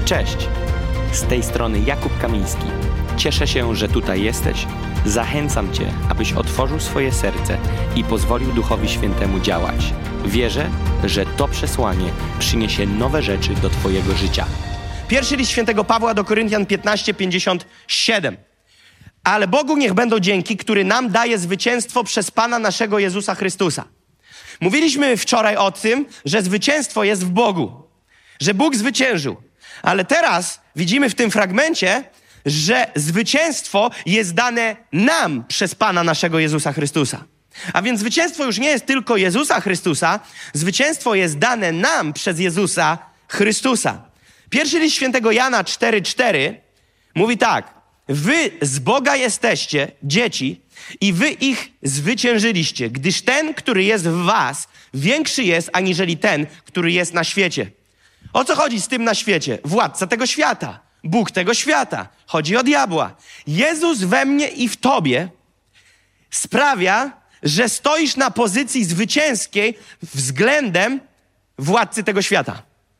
Cześć! Z tej strony Jakub Kamiński. Cieszę się, że tutaj jesteś. Zachęcam Cię, abyś otworzył swoje serce i pozwolił Duchowi Świętemu działać. Wierzę, że to przesłanie przyniesie nowe rzeczy do Twojego życia. Pierwszy list świętego Pawła do Koryntian 15:57. Ale Bogu niech będą dzięki, który nam daje zwycięstwo przez Pana naszego Jezusa Chrystusa. Mówiliśmy wczoraj o tym, że zwycięstwo jest w Bogu, że Bóg zwyciężył. Ale teraz widzimy w tym fragmencie, że zwycięstwo jest dane nam przez Pana naszego Jezusa Chrystusa. A więc zwycięstwo już nie jest tylko Jezusa Chrystusa, zwycięstwo jest dane nam przez Jezusa Chrystusa. Pierwszy list świętego Jana 4:4 mówi tak: wy z Boga jesteście, dzieci, i wy ich zwyciężyliście, gdyż ten, który jest w was, większy jest, aniżeli ten, który jest na świecie. O co chodzi z tym na świecie? Władca tego świata, Bóg tego świata. Chodzi o diabła. Jezus we mnie i w tobie sprawia, że stoisz na pozycji zwycięskiej względem władcy tego świata.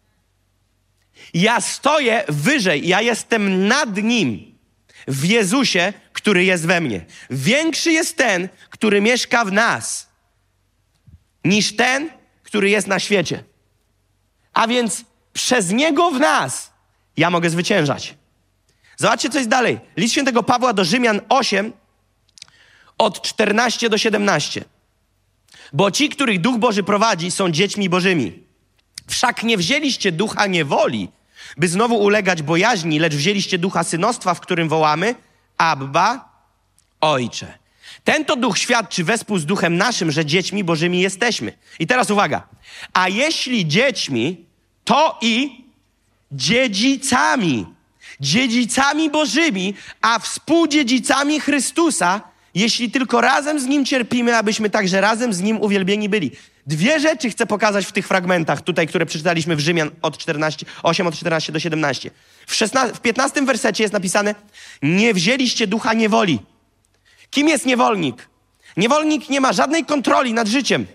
Ja stoję wyżej, ja jestem nad nim, w Jezusie, który jest we mnie. Większy jest ten, który mieszka w nas, niż ten, który jest na świecie. A więc przez Niego w nas ja mogę zwyciężać. Zobaczcie, co jest dalej. List świętego Pawła do Rzymian 8, od 14 do 17. Bo ci, których Duch Boży prowadzi, są dziećmi Bożymi. Wszak nie wzięliście ducha niewoli, by znowu ulegać bojaźni, lecz wzięliście ducha synostwa, w którym wołamy Abba, Ojcze. Ten to duch świadczy wespół z duchem naszym, że dziećmi Bożymi jesteśmy. I teraz uwaga. A jeśli dziećmi, to i dziedzicami. Dziedzicami Bożymi, a współdziedzicami Chrystusa, jeśli tylko razem z Nim cierpimy, abyśmy także razem z Nim uwielbieni byli. Dwie rzeczy chcę pokazać w tych fragmentach tutaj, które przeczytaliśmy w Rzymian 8 od 14 do 17. W 15 wersecie jest napisane: nie wzięliście ducha niewoli. Kim jest niewolnik? Niewolnik nie ma żadnej kontroli nad życiem.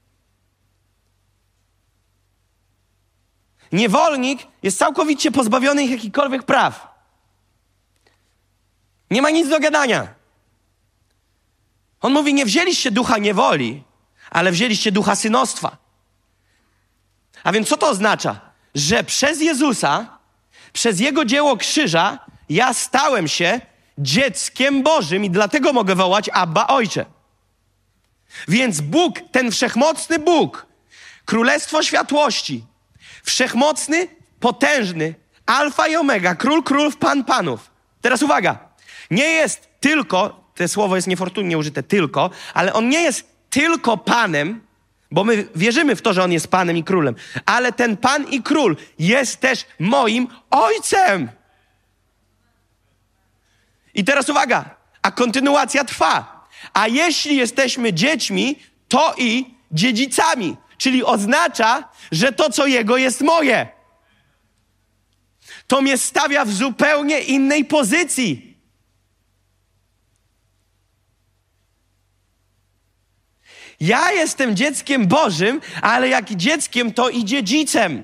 Niewolnik jest całkowicie pozbawiony jakichkolwiek praw. Nie ma nic do gadania. On mówi: nie wzięliście ducha niewoli, ale wzięliście ducha synostwa. A więc co to oznacza? Że przez Jezusa, przez Jego dzieło krzyża, ja stałem się dzieckiem Bożym i dlatego mogę wołać Abba, Ojcze. Więc Bóg, ten wszechmocny Bóg, Królestwo Światłości, wszechmocny, potężny, Alfa i Omega, Król Królów, Pan Panów. Teraz uwaga, nie jest tylko, to słowo jest niefortunnie użyte tylko, ale On nie jest tylko Panem, bo my wierzymy w to, że On jest Panem i Królem, ale ten Pan i Król jest też moim Ojcem. I teraz uwaga, a kontynuacja trwa. A jeśli jesteśmy dziećmi, to i dziedzicami, czyli oznacza, że to, co Jego, jest moje. To mnie stawia w zupełnie innej pozycji. Ja jestem dzieckiem Bożym, ale jak dzieckiem, to i dziedzicem.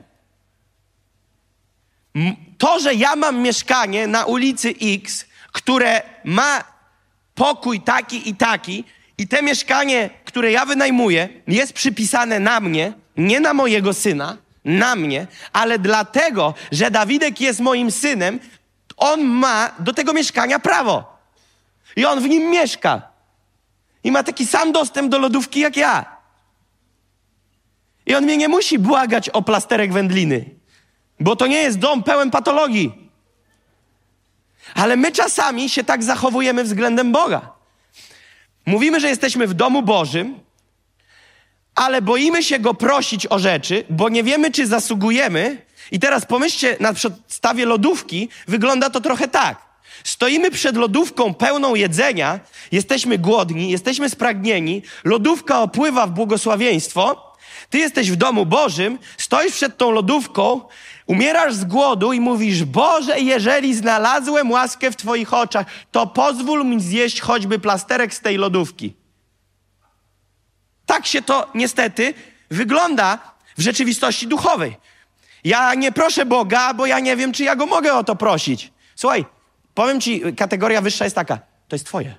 To, że ja mam mieszkanie na ulicy X, które ma pokój taki i te mieszkanie, które ja wynajmuję, jest przypisane na mnie, nie na mojego syna, na mnie, ale dlatego, że Dawidek jest moim synem, on ma do tego mieszkania prawo. I on w nim mieszka. I ma taki sam dostęp do lodówki jak ja. I on mnie nie musi błagać o plasterek wędliny, bo to nie jest dom pełen patologii. Ale my czasami się tak zachowujemy względem Boga. Mówimy, że jesteśmy w domu Bożym, ale boimy się Go prosić o rzeczy, bo nie wiemy, czy zasługujemy. I teraz pomyślcie, na podstawie lodówki wygląda to trochę tak. Stoimy przed lodówką pełną jedzenia, jesteśmy głodni, jesteśmy spragnieni, lodówka opływa w błogosławieństwo, ty jesteś w domu Bożym, stoisz przed tą lodówką, umierasz z głodu i mówisz: Boże, jeżeli znalazłem łaskę w Twoich oczach, to pozwól mi zjeść choćby plasterek z tej lodówki. Tak się to niestety wygląda w rzeczywistości duchowej. Ja nie proszę Boga, bo ja nie wiem, czy ja Go mogę o to prosić. Słuchaj, powiem ci, kategoria wyższa jest taka. To jest twoje.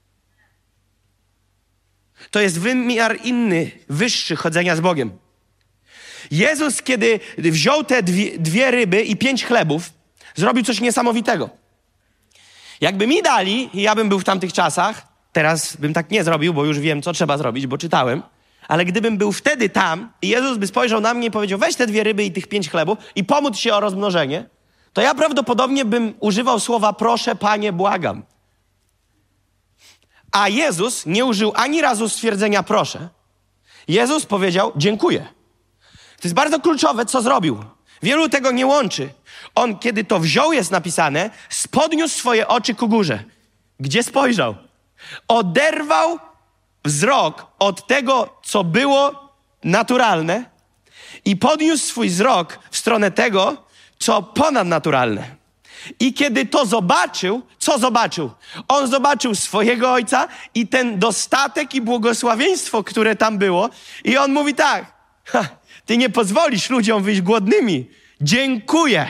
To jest wymiar inny, wyższy chodzenia z Bogiem. Jezus, kiedy wziął te dwie ryby i 5 chlebów, zrobił coś niesamowitego. Jakby mi dali, i ja bym był w tamtych czasach, teraz bym tak nie zrobił, bo już wiem, co trzeba zrobić, bo czytałem, ale gdybym był wtedy tam i Jezus by spojrzał na mnie i powiedział, weź te 2 ryby i tych 5 chlebów i pomódl się o rozmnożenie, to ja prawdopodobnie bym używał słowa proszę, Panie, błagam. A Jezus nie użył ani razu stwierdzenia proszę. Jezus powiedział dziękuję. To jest bardzo kluczowe, co zrobił. Wielu tego nie łączy. On, kiedy to wziął, jest napisane, podniósł swoje oczy ku górze. Gdzie spojrzał? Oderwał wzrok od tego, co było naturalne i podniósł swój wzrok w stronę tego, co ponadnaturalne. I kiedy to zobaczył, co zobaczył? On zobaczył swojego Ojca i ten dostatek i błogosławieństwo, które tam było. I on mówi tak, ty nie pozwolisz ludziom wyjść głodnymi. Dziękuję.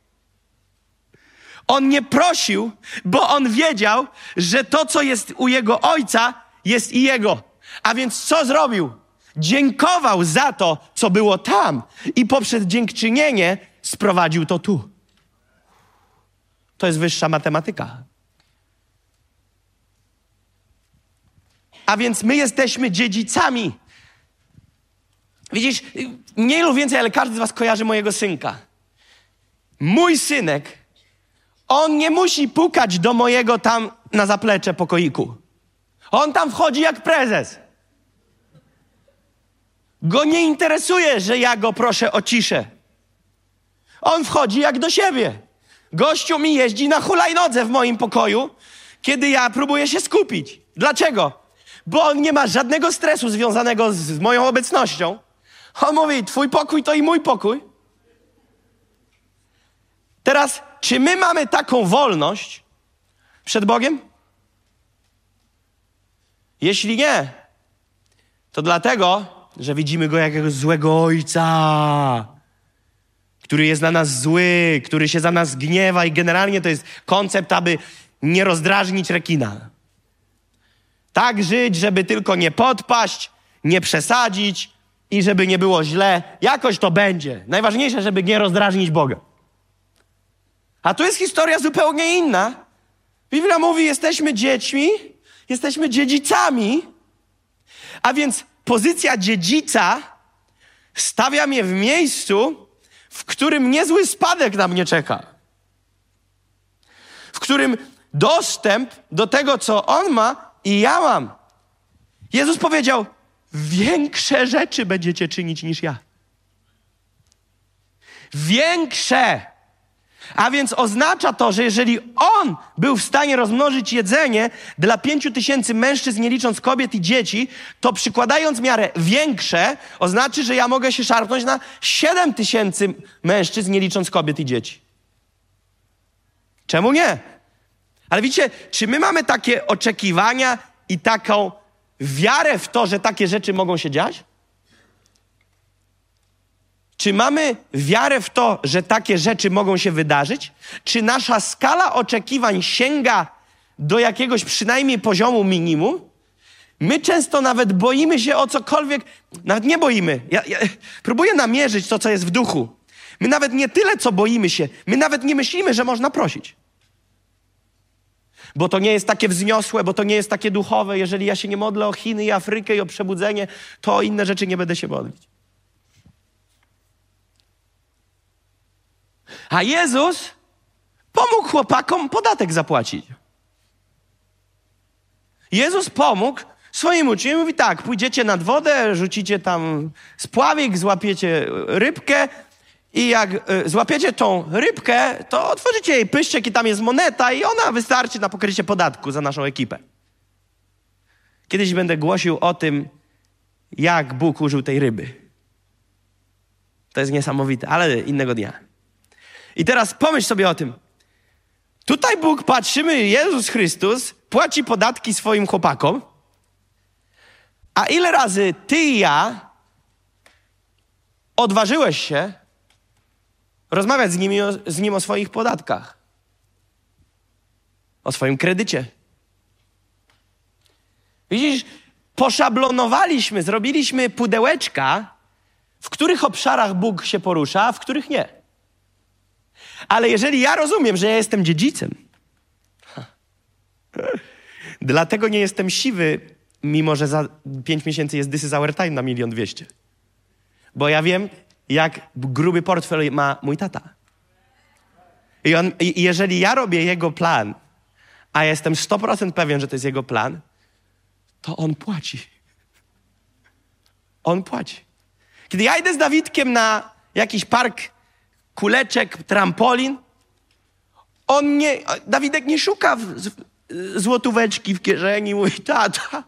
On nie prosił, bo on wiedział, że to, co jest u jego Ojca, jest i jego. A więc co zrobił? Dziękował za to, co było tam i poprzez dziękczynienie sprowadził to tu. To jest wyższa matematyka. A więc my jesteśmy dziedzicami. Widzisz, mniej lub więcej, ale każdy z was kojarzy mojego synka. Mój synek, on nie musi pukać do mojego tam na zaplecze pokoiku. On tam wchodzi jak prezes. Go nie interesuje, że ja go proszę o ciszę. On wchodzi jak do siebie. Gościu mi jeździ na hulajnodze w moim pokoju, kiedy ja próbuję się skupić. Dlaczego? Bo on nie ma żadnego stresu związanego z moją obecnością. On mówi, twój pokój to i mój pokój. Teraz, czy my mamy taką wolność przed Bogiem? Jeśli nie, to dlatego, że widzimy Go jako jakiegoś złego ojca, który jest na nas zły, który się za nas gniewa i generalnie to jest koncept, aby nie rozdrażnić rekina. Tak żyć, żeby tylko nie podpaść, nie przesadzić i żeby nie było źle. Jakoś to będzie. Najważniejsze, żeby nie rozdrażnić Boga. A tu jest historia zupełnie inna. Biblia mówi, jesteśmy dziećmi, jesteśmy dziedzicami, a więc pozycja dziedzica stawia mnie w miejscu, w którym niezły spadek na mnie czeka. W którym dostęp do tego, co On ma i ja mam. Jezus powiedział, większe rzeczy będziecie czynić niż ja. Większe. A więc oznacza to, że jeżeli On był w stanie rozmnożyć jedzenie dla 5000 mężczyzn, nie licząc kobiet i dzieci, to przykładając miarę większe, oznacza, że ja mogę się szarpnąć na 7000 mężczyzn, nie licząc kobiet i dzieci. Czemu nie? Ale widzicie, czy my mamy takie oczekiwania i taką wiarę w to, że takie rzeczy mogą się dziać? Czy mamy wiarę w to, że takie rzeczy mogą się wydarzyć? Czy nasza skala oczekiwań sięga do jakiegoś przynajmniej poziomu minimum? My często nawet boimy się o cokolwiek, nawet nie boimy. Ja próbuję namierzyć to, co jest w duchu. My nawet nie tyle, co boimy się, my nawet nie myślimy, że można prosić. Bo to nie jest takie wzniosłe, bo to nie jest takie duchowe. Jeżeli ja się nie modlę o Chiny i Afrykę i o przebudzenie, to o inne rzeczy nie będę się modlić. A Jezus pomógł chłopakom podatek zapłacić. Jezus pomógł swoim uczniom i mówi tak, pójdziecie nad wodę, rzucicie tam spławik, złapiecie rybkę i jak złapiecie tą rybkę, to otworzycie jej pyszczek i tam jest moneta i ona wystarczy na pokrycie podatku za naszą ekipę. Kiedyś będę głosił o tym, jak Bóg użył tej ryby. To jest niesamowite, ale innego dnia. I teraz pomyśl sobie o tym. Tutaj Bóg, patrzymy, Jezus Chrystus płaci podatki swoim chłopakom, a ile razy ty i ja odważyłeś się rozmawiać z nim o swoich podatkach, o swoim kredycie. Widzisz, poszablonowaliśmy, zrobiliśmy pudełeczka, w których obszarach Bóg się porusza, a w których nie. Ale jeżeli ja rozumiem, że ja jestem dziedzicem, dlatego nie jestem siwy, mimo że za 5 miesięcy jest This is our time na 1 200 000. Bo ja wiem, jak gruby portfel ma mój tata. I jeżeli ja robię jego plan, a jestem 100% pewien, że to jest jego plan, to on płaci. On płaci. Kiedy ja idę z Dawidkiem na jakiś park kuleczek, trampolin, Dawidek nie szuka złotóweczki w kieszeni, mówi, tata,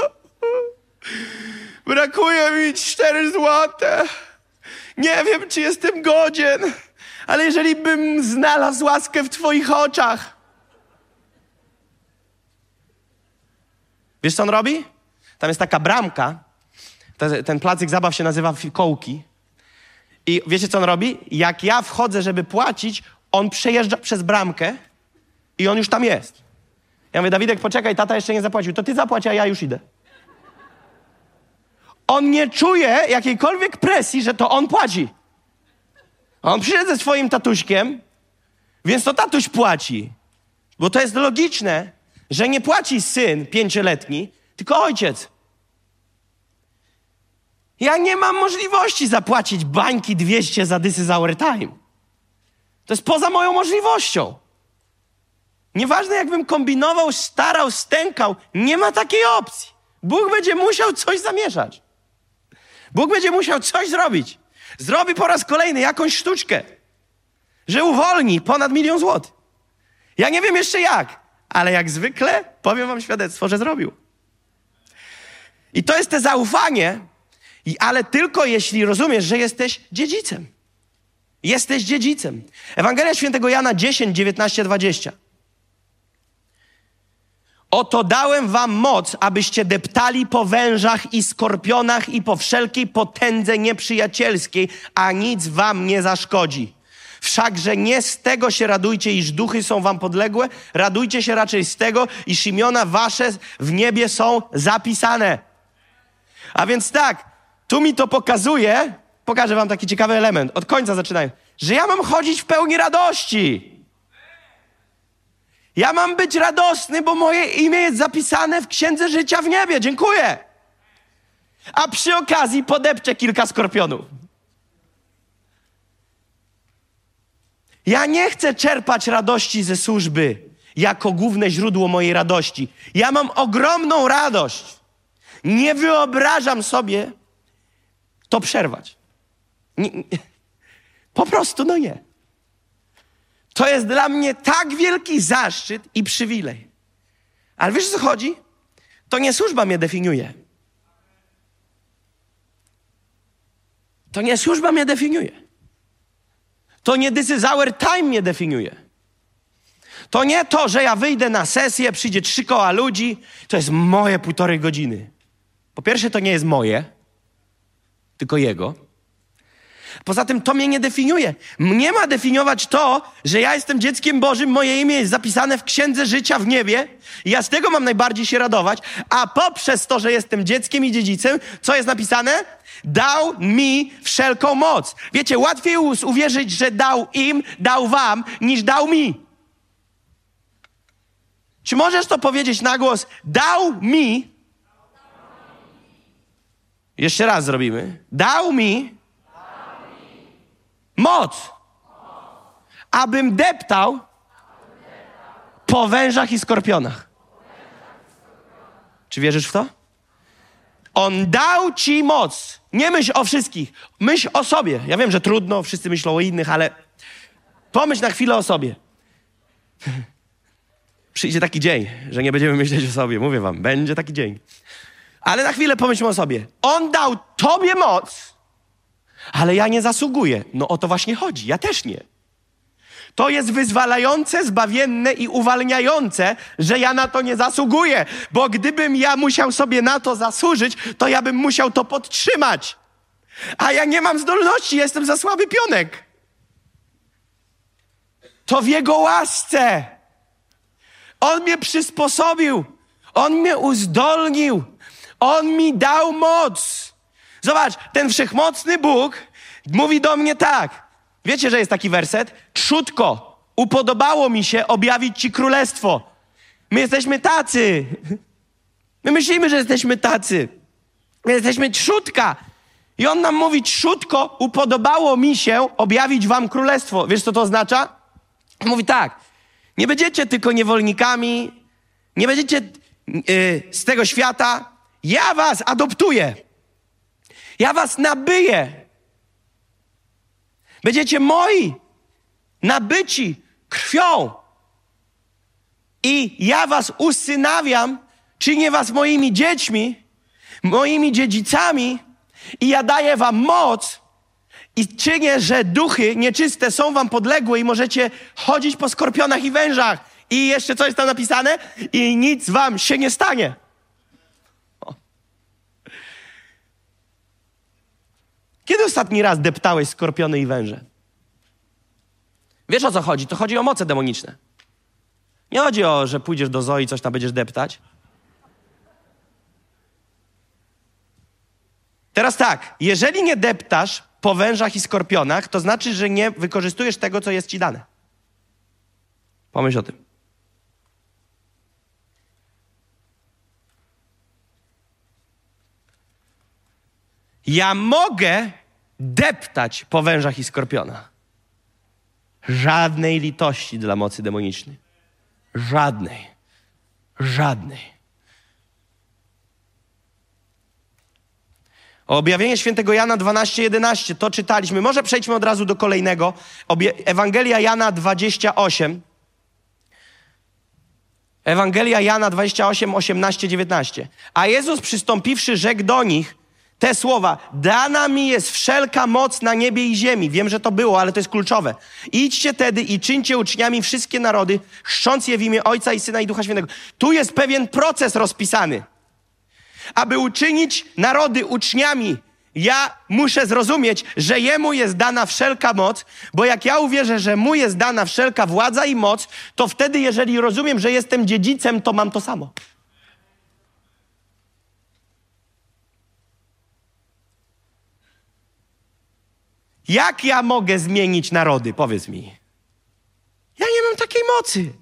brakuje mi 4 złote. Nie wiem, czy jestem godzien, ale jeżeli bym znalazł łaskę w twoich oczach. Wiesz, co on robi? Tam jest taka bramka. Ten placyk zabaw się nazywa Fikołki. I wiecie, co on robi? Jak ja wchodzę, żeby płacić, on przejeżdża przez bramkę i on już tam jest. Ja mówię, Dawidek, poczekaj, tata jeszcze nie zapłacił. To ty zapłać, a ja już idę. On nie czuje jakiejkolwiek presji, że to on płaci. On przyjdzie ze swoim tatuśkiem, więc to tatuś płaci. Bo to jest logiczne, że nie płaci syn 5-letni, tylko ojciec. Ja nie mam możliwości zapłacić bańki 200 za This is our time. To jest poza moją możliwością. Nieważne, jakbym kombinował, starał, stękał, nie ma takiej opcji. Bóg będzie musiał coś zamieszać. Bóg będzie musiał coś zrobić. Zrobi po raz kolejny jakąś sztuczkę, że uwolni ponad 1 000 000 złotych. Ja nie wiem jeszcze jak, ale jak zwykle powiem wam świadectwo, że zrobił. I to jest te zaufanie, ale tylko jeśli rozumiesz, że jesteś dziedzicem. Jesteś dziedzicem. Ewangelia Świętego Jana 10, 19, 20. Oto dałem wam moc, abyście deptali po wężach i skorpionach i po wszelkiej potędze nieprzyjacielskiej, a nic wam nie zaszkodzi. Wszakże nie z tego się radujcie, iż duchy są wam podległe, radujcie się raczej z tego, iż imiona wasze w niebie są zapisane. A więc tak, tu mi to pokazuje, pokażę wam taki ciekawy element, od końca zaczynając, że ja mam chodzić w pełni radości. Ja mam być radosny, bo moje imię jest zapisane w Księdze Życia w niebie. Dziękuję. A przy okazji podepczę kilka skorpionów. Ja nie chcę czerpać radości ze służby jako główne źródło mojej radości. Ja mam ogromną radość. Nie wyobrażam sobie to przerwać. Po prostu nie. To jest dla mnie tak wielki zaszczyt i przywilej. Ale wiesz, o co chodzi? To nie służba mnie definiuje. To nie służba mnie definiuje. To nie This is our time mnie definiuje. To nie to, że ja wyjdę na sesję, przyjdzie 3 koła ludzi, to jest moje 1,5 godziny. Po pierwsze, to nie jest moje, tylko jego. Poza tym to mnie nie definiuje. Mnie ma definiować to, że ja jestem dzieckiem Bożym, moje imię jest zapisane w Księdze Życia w niebie i ja z tego mam najbardziej się radować, a poprzez to, że jestem dzieckiem i dziedzicem, co jest napisane? Dał mi wszelką moc. Wiecie, łatwiej uwierzyć, że dał im, dał wam, niż dał mi. Czy możesz to powiedzieć na głos? Dał mi. Jeszcze raz zrobimy. Dał mi moc, abym deptał po wężach i skorpionach. Czy wierzysz w to? On dał ci moc. Nie myśl o wszystkich. Myśl o sobie. Ja wiem, że trudno, wszyscy myślą o innych, ale pomyśl na chwilę o sobie. Przyjdzie taki dzień, że nie będziemy myśleć o sobie. Mówię wam, będzie taki dzień. Ale na chwilę pomyślmy o sobie. On dał tobie moc, ale ja nie zasługuję. No o to właśnie chodzi. Ja też nie. To jest wyzwalające, zbawienne i uwalniające, że ja na to nie zasługuję. Bo gdybym ja musiał sobie na to zasłużyć, to ja bym musiał to podtrzymać. A ja nie mam zdolności, jestem za słaby pionek. to w Jego łasce. On mnie przysposobił. On mnie uzdolnił. On mi dał moc. Zobacz, ten wszechmocny Bóg mówi do mnie tak. Wiecie, że jest taki werset? Trzutko, upodobało mi się objawić ci królestwo. My jesteśmy tacy. My myślimy, że jesteśmy tacy. My jesteśmy trzutka. I on nam mówi, trzutko, upodobało mi się objawić wam królestwo. Wiesz, co to oznacza? On mówi tak, nie będziecie tylko niewolnikami, nie będziecie z tego świata. Ja was adoptuję. Ja was nabyję. Będziecie moi, nabyci krwią. I ja was usynawiam, czynię was moimi dziećmi, moimi dziedzicami i ja daję wam moc i czynię, że duchy nieczyste są wam podległe i możecie chodzić po skorpionach i wężach. I jeszcze co jest tam napisane? I nic wam się nie stanie. O. Kiedy ostatni raz deptałeś skorpiony i węże? Wiesz, o co chodzi? To chodzi o moce demoniczne. Nie chodzi o, że pójdziesz do zoo i coś tam będziesz deptać. Teraz tak, jeżeli nie deptasz po wężach i skorpionach, to znaczy, że nie wykorzystujesz tego, co jest ci dane. Pomyśl o tym. Ja mogę deptać po wężach i skorpionach. Żadnej litości dla mocy demonicznej. Żadnej. Żadnej. Objawienie świętego Jana 12:11, to czytaliśmy. Może przejdźmy od razu do kolejnego. Ewangelia Jana 28. Ewangelia Jana 28, 18, 19. A Jezus przystąpiwszy, rzekł do nich te słowa. Dana mi jest wszelka moc na niebie i ziemi. Wiem, że to było, ale to jest kluczowe. Idźcie tedy i czyńcie uczniami wszystkie narody, chrzcząc je w imię Ojca i Syna i Ducha Świętego. Tu jest pewien proces rozpisany. Aby uczynić narody uczniami, ja muszę zrozumieć, że Jemu jest dana wszelka moc, bo jak ja uwierzę, że Mu jest dana wszelka władza i moc, to wtedy, jeżeli rozumiem, że jestem dziedzicem, to mam to samo. Jak ja mogę zmienić narody? Powiedz mi. Ja nie mam takiej mocy.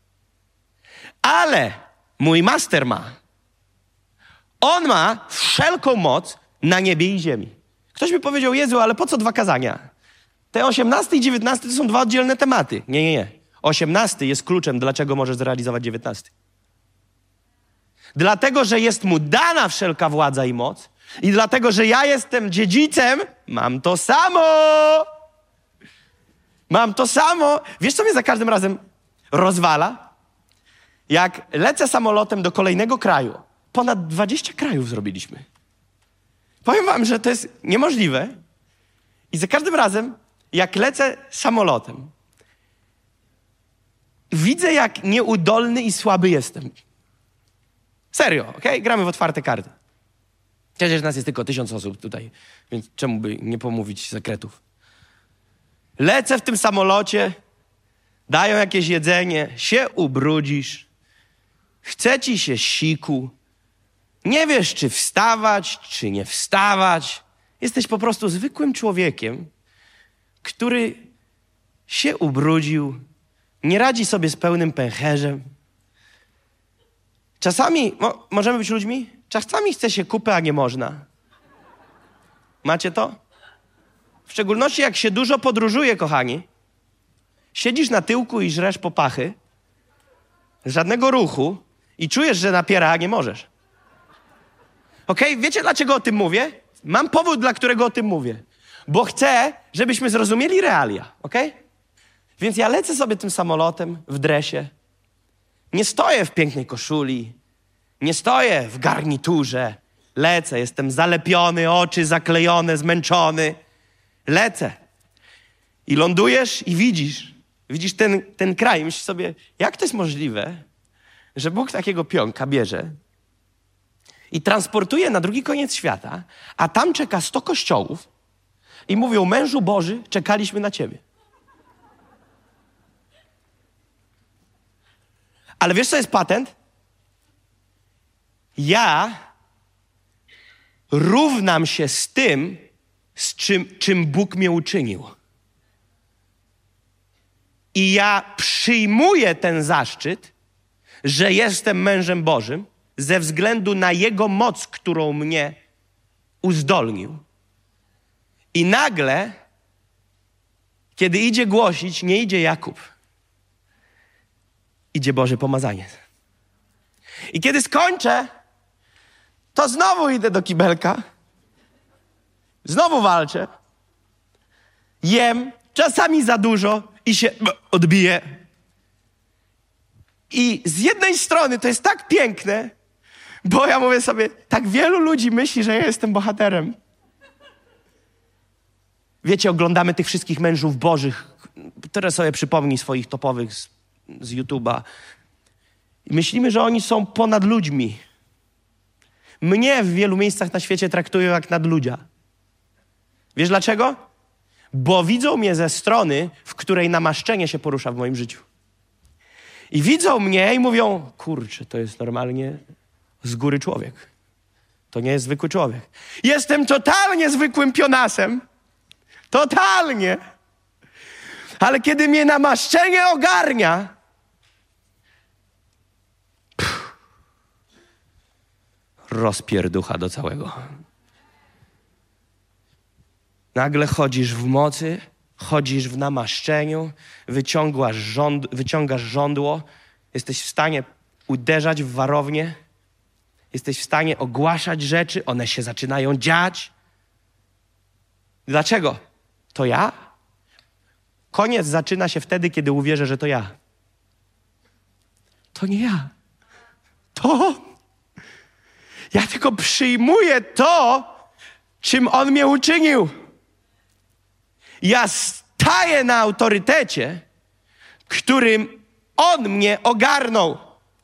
Ale mój master ma. On ma wszelką moc na niebie i ziemi. Ktoś mi powiedział, Jezu, ale po co 2 kazania? Te 18 i 19 to są 2 oddzielne tematy. Nie. 18 jest kluczem, dlaczego możesz zrealizować 19. Dlatego, że jest mu dana wszelka władza i moc i dlatego, że ja jestem dziedzicem, mam to samo. Mam to samo. Wiesz, co mnie za każdym razem rozwala? Jak lecę samolotem do kolejnego kraju, ponad 20 krajów zrobiliśmy. Powiem wam, że to jest niemożliwe. I za każdym razem, jak lecę samolotem, widzę, jak nieudolny i słaby jestem. Serio, okej? Gramy w otwarte karty. Przecież nas jest tylko 1000 osób tutaj, więc czemu by nie pomówić sekretów? Lecę w tym samolocie, dają jakieś jedzenie, się ubrudzisz, chce ci się siku, nie wiesz, czy wstawać, czy nie wstawać. Jesteś po prostu zwykłym człowiekiem, który się ubrudził, nie radzi sobie z pełnym pęcherzem. Czasami, możemy być ludźmi? Czasami chce się kupy, a nie można. Macie to? W szczególności jak się dużo podróżuje, kochani. Siedzisz na tyłku i żresz popachy, żadnego ruchu i czujesz, że napiera, a nie możesz. Okej? Wiecie, dlaczego o tym mówię? Mam powód, dla którego o tym mówię. Bo chcę, żebyśmy zrozumieli realia. Okej? Więc ja lecę sobie tym samolotem w dresie. Nie stoję w pięknej koszuli. Nie stoję w garniturze. Lecę, jestem zalepiony, oczy zaklejone, zmęczony. Lecę. I lądujesz i widzisz ten kraj. Myślisz sobie, jak to jest możliwe, że Bóg takiego pionka bierze i transportuje na drugi koniec świata, a tam czeka 100 kościołów i mówią, mężu Boży, czekaliśmy na ciebie. Ale wiesz, co jest patent? Ja równam się z tym, czym Bóg mnie uczynił. I ja przyjmuję ten zaszczyt, że jestem mężem Bożym ze względu na Jego moc, którą mnie uzdolnił. I nagle, kiedy idzie głosić, nie idzie Jakub. Idzie Boże pomazanie. I kiedy skończę, to znowu idę do kibelka. Znowu walczę. Jem, czasami za dużo i się odbiję. I z jednej strony to jest tak piękne, bo ja mówię sobie, tak wielu ludzi myśli, że ja jestem bohaterem. Wiecie, oglądamy tych wszystkich mężów bożych. Teraz sobie przypomnij swoich topowych z YouTube'a. I myślimy, że oni są ponad ludźmi. Mnie w wielu miejscach na świecie traktują jak nadludzia. Wiesz dlaczego? Bo widzą mnie ze strony, w której namaszczenie się porusza w moim życiu. I widzą mnie i mówią, kurczę, to jest normalnie z góry człowiek. To nie jest zwykły człowiek. Jestem totalnie zwykłym pionasem. Totalnie. Ale kiedy mnie namaszczenie ogarnia, rozpierducha do całego. Nagle chodzisz w mocy, chodzisz w namaszczeniu, wyciągasz żądło, jesteś w stanie uderzać w warownię, jesteś w stanie ogłaszać rzeczy, one się zaczynają dziać. Dlaczego? To ja? Koniec zaczyna się wtedy, kiedy uwierzę, że to ja. To nie ja. Ja tylko przyjmuję to, czym On mnie uczynił. Ja staję na autorytecie, którym On mnie ogarnął.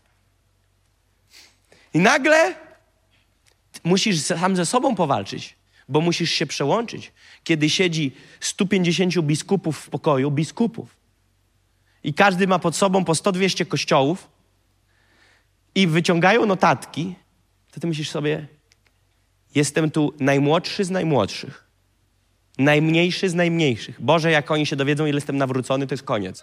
I nagle musisz sam ze sobą powalczyć, bo musisz się przełączyć. Kiedy siedzi 150 biskupów w pokoju, i każdy ma pod sobą po 100-200 kościołów i wyciągają notatki, to ty myślisz sobie, jestem tu najmłodszy z najmłodszych, najmniejszy z najmniejszych. Boże, jak oni się dowiedzą, ile jestem nawrócony, to jest koniec.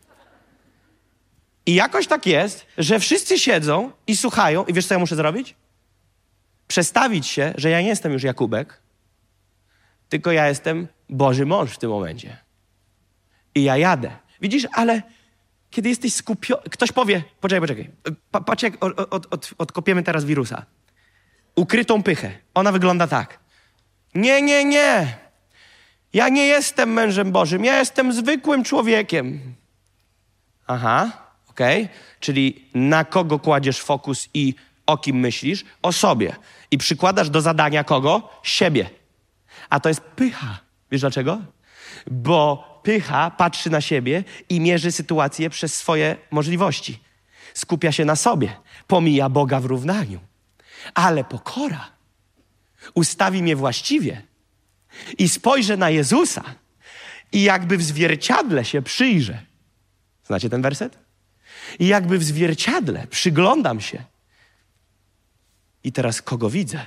I jakoś tak jest, że wszyscy siedzą i słuchają i wiesz, co ja muszę zrobić? Przestawić się, że ja nie jestem już Jakubek, tylko ja jestem Boży mąż w tym momencie. I ja jadę. Widzisz, ale kiedy jesteś skupiony... Ktoś powie, poczekaj. Patrz, jak odkopiemy teraz wirusa. Ukrytą pychę. Ona wygląda tak. Nie. Ja nie jestem mężem Bożym. Ja jestem zwykłym człowiekiem. Aha, okej. Czyli na kogo kładziesz fokus i o kim myślisz? O sobie. I przykładasz do zadania kogo? Siebie. A to jest pycha. Wiesz dlaczego? Bo pycha patrzy na siebie i mierzy sytuację przez swoje możliwości. Skupia się na sobie. Pomija Boga w równaniu. Ale pokora ustawi mnie właściwie i spojrzę na Jezusa i jakby w zwierciadle się przyjrzę. Znacie ten werset? I jakby w zwierciadle przyglądam się. I teraz kogo widzę?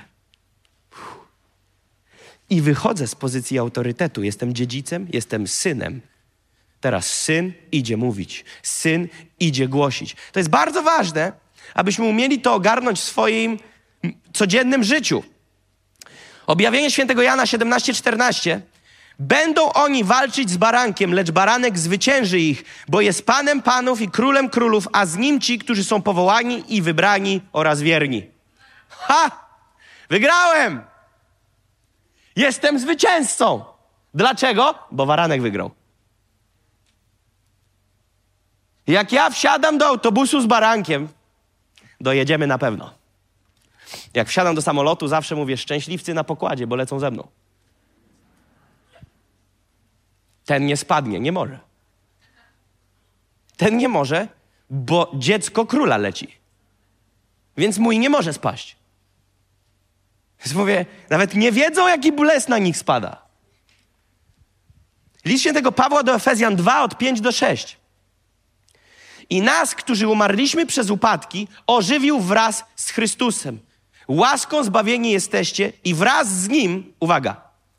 I wychodzę z pozycji autorytetu. Jestem dziedzicem, jestem synem. Teraz syn idzie mówić. Syn idzie głosić. To jest bardzo ważne, abyśmy umieli to ogarnąć w swoim codziennym życiu. Objawienie świętego Jana 17:14. Będą oni walczyć z barankiem, lecz baranek zwycięży ich, bo jest Panem panów i Królem królów, a z Nim ci, którzy są powołani i wybrani oraz wierni. Ha! Wygrałem! Jestem zwycięzcą. Dlaczego? Bo baranek wygrał. Jak ja wsiadam do autobusu z barankiem, dojedziemy na pewno. Jak wsiadam do samolotu, zawsze mówię, szczęśliwcy na pokładzie, bo lecą ze mną. Ten nie spadnie, nie może. Ten nie może, bo dziecko króla leci. Więc mój nie może spaść. Więc mówię, nawet nie wiedzą, jaki bles na nich spada. List świętego Pawła do Efezjan 2, od 5 do 6. i nas, którzy umarliśmy przez upadki, ożywił wraz z Chrystusem. Łaską zbawieni jesteście i wraz z Nim, uwaga,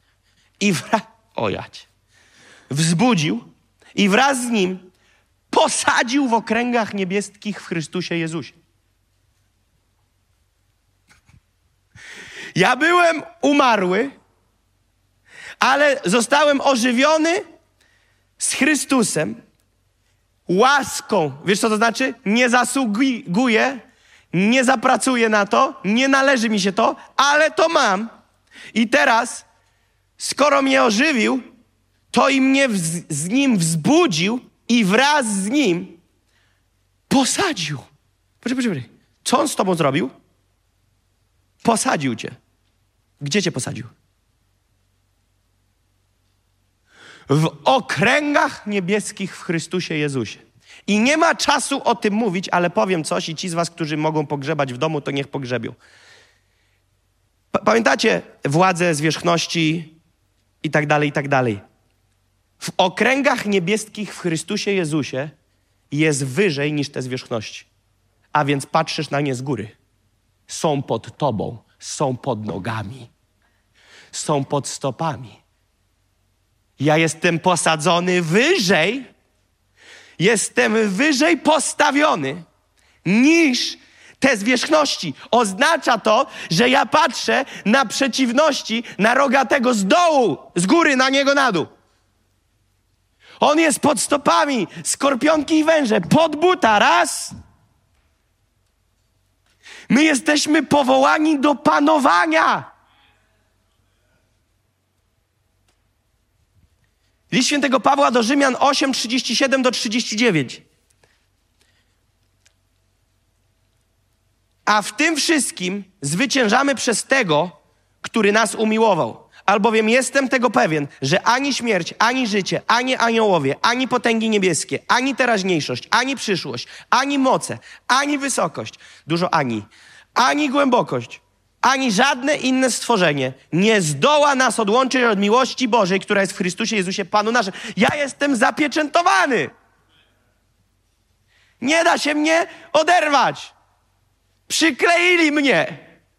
wzbudził i wraz z Nim posadził w okręgach niebieskich w Chrystusie Jezusie. Ja byłem umarły, ale zostałem ożywiony z Chrystusem, łaską. Wiesz, co to znaczy? Nie zasługuję, nie zapracuję na to, nie należy mi się to, ale to mam. I teraz, skoro mnie ożywił, to i mnie z Nim wzbudził i wraz z Nim posadził. Poczekaj. Co On z tobą zrobił? Posadził cię. Gdzie cię posadził? W okręgach niebieskich w Chrystusie Jezusie. I nie ma czasu o tym mówić, ale powiem coś i ci z was, którzy mogą pogrzebać w domu, to niech pogrzebią. Pamiętacie władzę zwierzchności i tak dalej, i tak dalej. W okręgach niebieskich w Chrystusie Jezusie jest wyżej niż te zwierzchności. A więc patrzysz na nie z góry. Są pod tobą, są pod nogami, są pod stopami. Ja jestem posadzony wyżej, jestem wyżej postawiony niż te zwierzchności. Oznacza to, że ja patrzę na przeciwności, na rogatego z dołu, z góry na niego na dół. On jest pod stopami, skorpionki i węże, pod buta, raz. My jesteśmy powołani do panowania. List świętego Pawła do Rzymian 8, 37-39. A w tym wszystkim zwyciężamy przez tego, który nas umiłował. Albowiem jestem tego pewien, że ani śmierć, ani życie, ani aniołowie, ani potęgi niebieskie, ani teraźniejszość, ani przyszłość, ani moce, ani wysokość, dużo ani głębokość, ani żadne inne stworzenie nie zdoła nas odłączyć od miłości Bożej, która jest w Chrystusie Jezusie Panu naszym. Ja jestem zapieczętowany. Nie da się mnie oderwać. Przykleili mnie.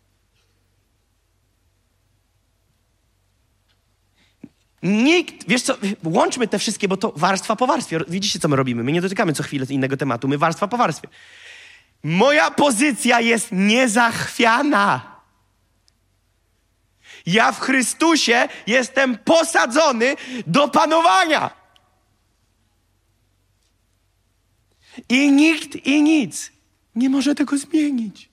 Nikt, wiesz co, łączmy te wszystkie, bo to warstwa po warstwie. Widzicie, co my robimy? My nie dotykamy co chwilę innego tematu, my warstwa po warstwie. Moja pozycja jest niezachwiana. Ja w Chrystusie jestem posadzony do panowania. I nikt i nic nie może tego zmienić.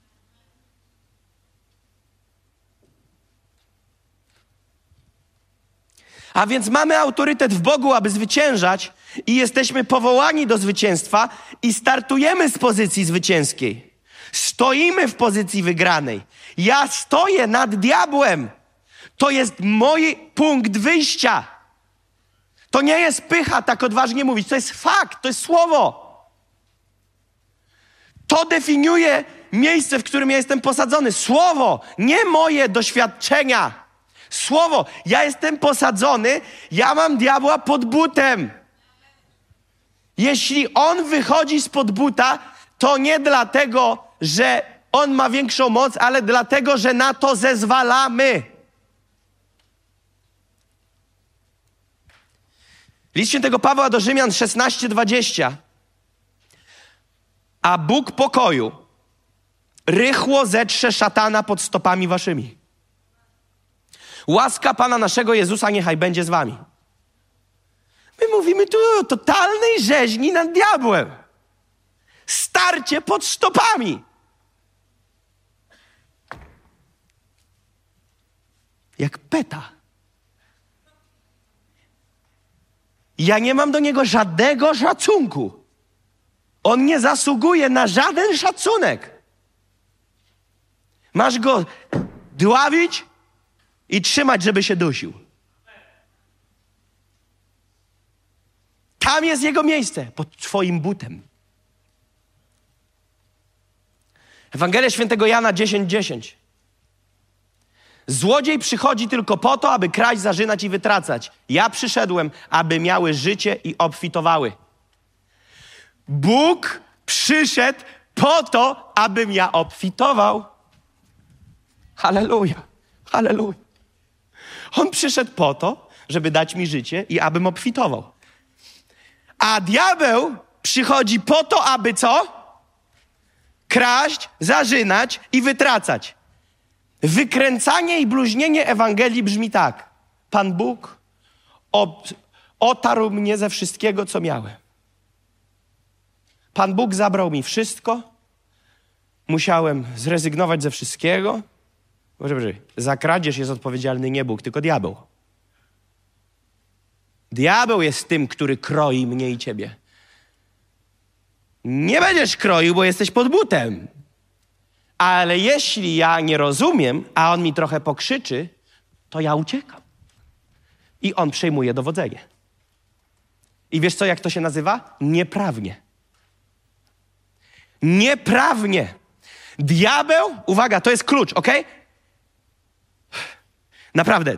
A więc mamy autorytet w Bogu, aby zwyciężać i jesteśmy powołani do zwycięstwa i startujemy z pozycji zwycięskiej. Stoimy w pozycji wygranej. Ja stoję nad diabłem. To jest mój punkt wyjścia. To nie jest pycha tak odważnie mówić. To jest fakt, to jest słowo. To definiuje miejsce, w którym ja jestem posadzony. Słowo, nie moje doświadczenia. Słowo, ja jestem posadzony, ja mam diabła pod butem. Jeśli on wychodzi spod buta, to nie dlatego, że on ma większą moc, ale dlatego, że na to zezwalamy. List świętego Pawła do Rzymian 16:20. A Bóg pokoju rychło zetrze szatana pod stopami waszymi. Łaska Pana naszego Jezusa niechaj będzie z wami. My mówimy tu o totalnej rzeźni nad diabłem. Starcie pod stopami. Jak peta. Ja nie mam do niego żadnego szacunku. On nie zasługuje na żaden szacunek. Masz go dławić i trzymać, żeby się dusił. Tam jest jego miejsce, pod twoim butem. Ewangelia świętego Jana 10:10. Złodziej przychodzi tylko po to, aby kraść, zarzynać i wytracać. Ja przyszedłem, aby miały życie i obfitowały. Bóg przyszedł po to, abym ja obfitował. Halleluja, halleluja. On przyszedł po to, żeby dać mi życie i abym obfitował. A diabeł przychodzi po to, aby co? Kraść, zarzynać i wytracać. Wykręcanie i bluźnienie Ewangelii brzmi tak. Pan Bóg otarł mnie ze wszystkiego, co miałem. Pan Bóg zabrał mi wszystko. Musiałem zrezygnować ze wszystkiego. Za kradzież jest odpowiedzialny nie Bóg, tylko diabeł. Diabeł jest tym, który kroi mnie i ciebie. Nie będziesz kroił, bo jesteś pod butem. Ale jeśli ja nie rozumiem, a on mi trochę pokrzyczy, to ja uciekam. I on przejmuje dowodzenie. I wiesz co, jak to się nazywa? Nieprawnie. Nieprawnie. Diabeł, uwaga, to jest klucz, okej? Naprawdę.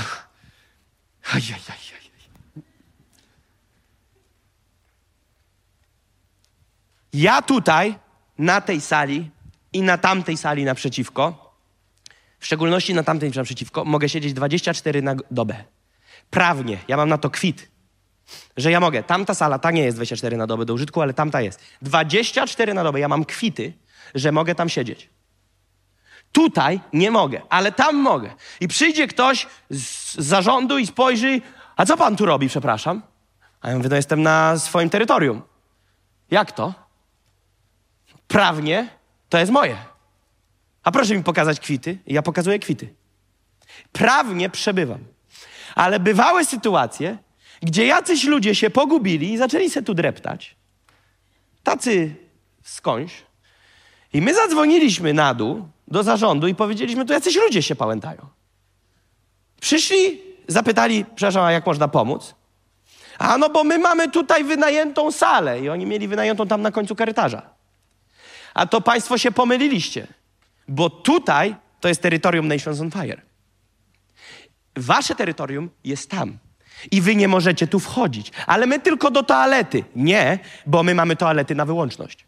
Ja tutaj, na tej sali i na tamtej sali naprzeciwko, w szczególności na tamtej naprzeciwko, mogę siedzieć 24 na dobę. Prawnie, ja mam na to kwit, że ja mogę. Tamta sala, ta nie jest 24 na dobę do użytku, ale tamta jest. 24 na dobę, ja mam kwity, że mogę tam siedzieć. Tutaj nie mogę, ale tam mogę. I przyjdzie ktoś z zarządu i spojrzy, a co pan tu robi, przepraszam? A ja mówię, no jestem na swoim terytorium. Jak to? Prawnie to jest moje. A proszę mi pokazać kwity. I ja pokazuję kwity. Prawnie przebywam. Ale bywały sytuacje, gdzie jacyś ludzie się pogubili i zaczęli se tu dreptać. Tacy skądś. I my zadzwoniliśmy na dół do zarządu i powiedzieliśmy, tu jacyś ludzie się pałętają. Przyszli, zapytali, przepraszam, a jak można pomóc? A no bo my mamy tutaj wynajętą salę i oni mieli wynajętą tam na końcu korytarza. A to państwo się pomyliliście, bo tutaj to jest terytorium Nations on Fire. Wasze terytorium jest tam i wy nie możecie tu wchodzić, ale my tylko do toalety. Nie, bo my mamy toalety na wyłączność.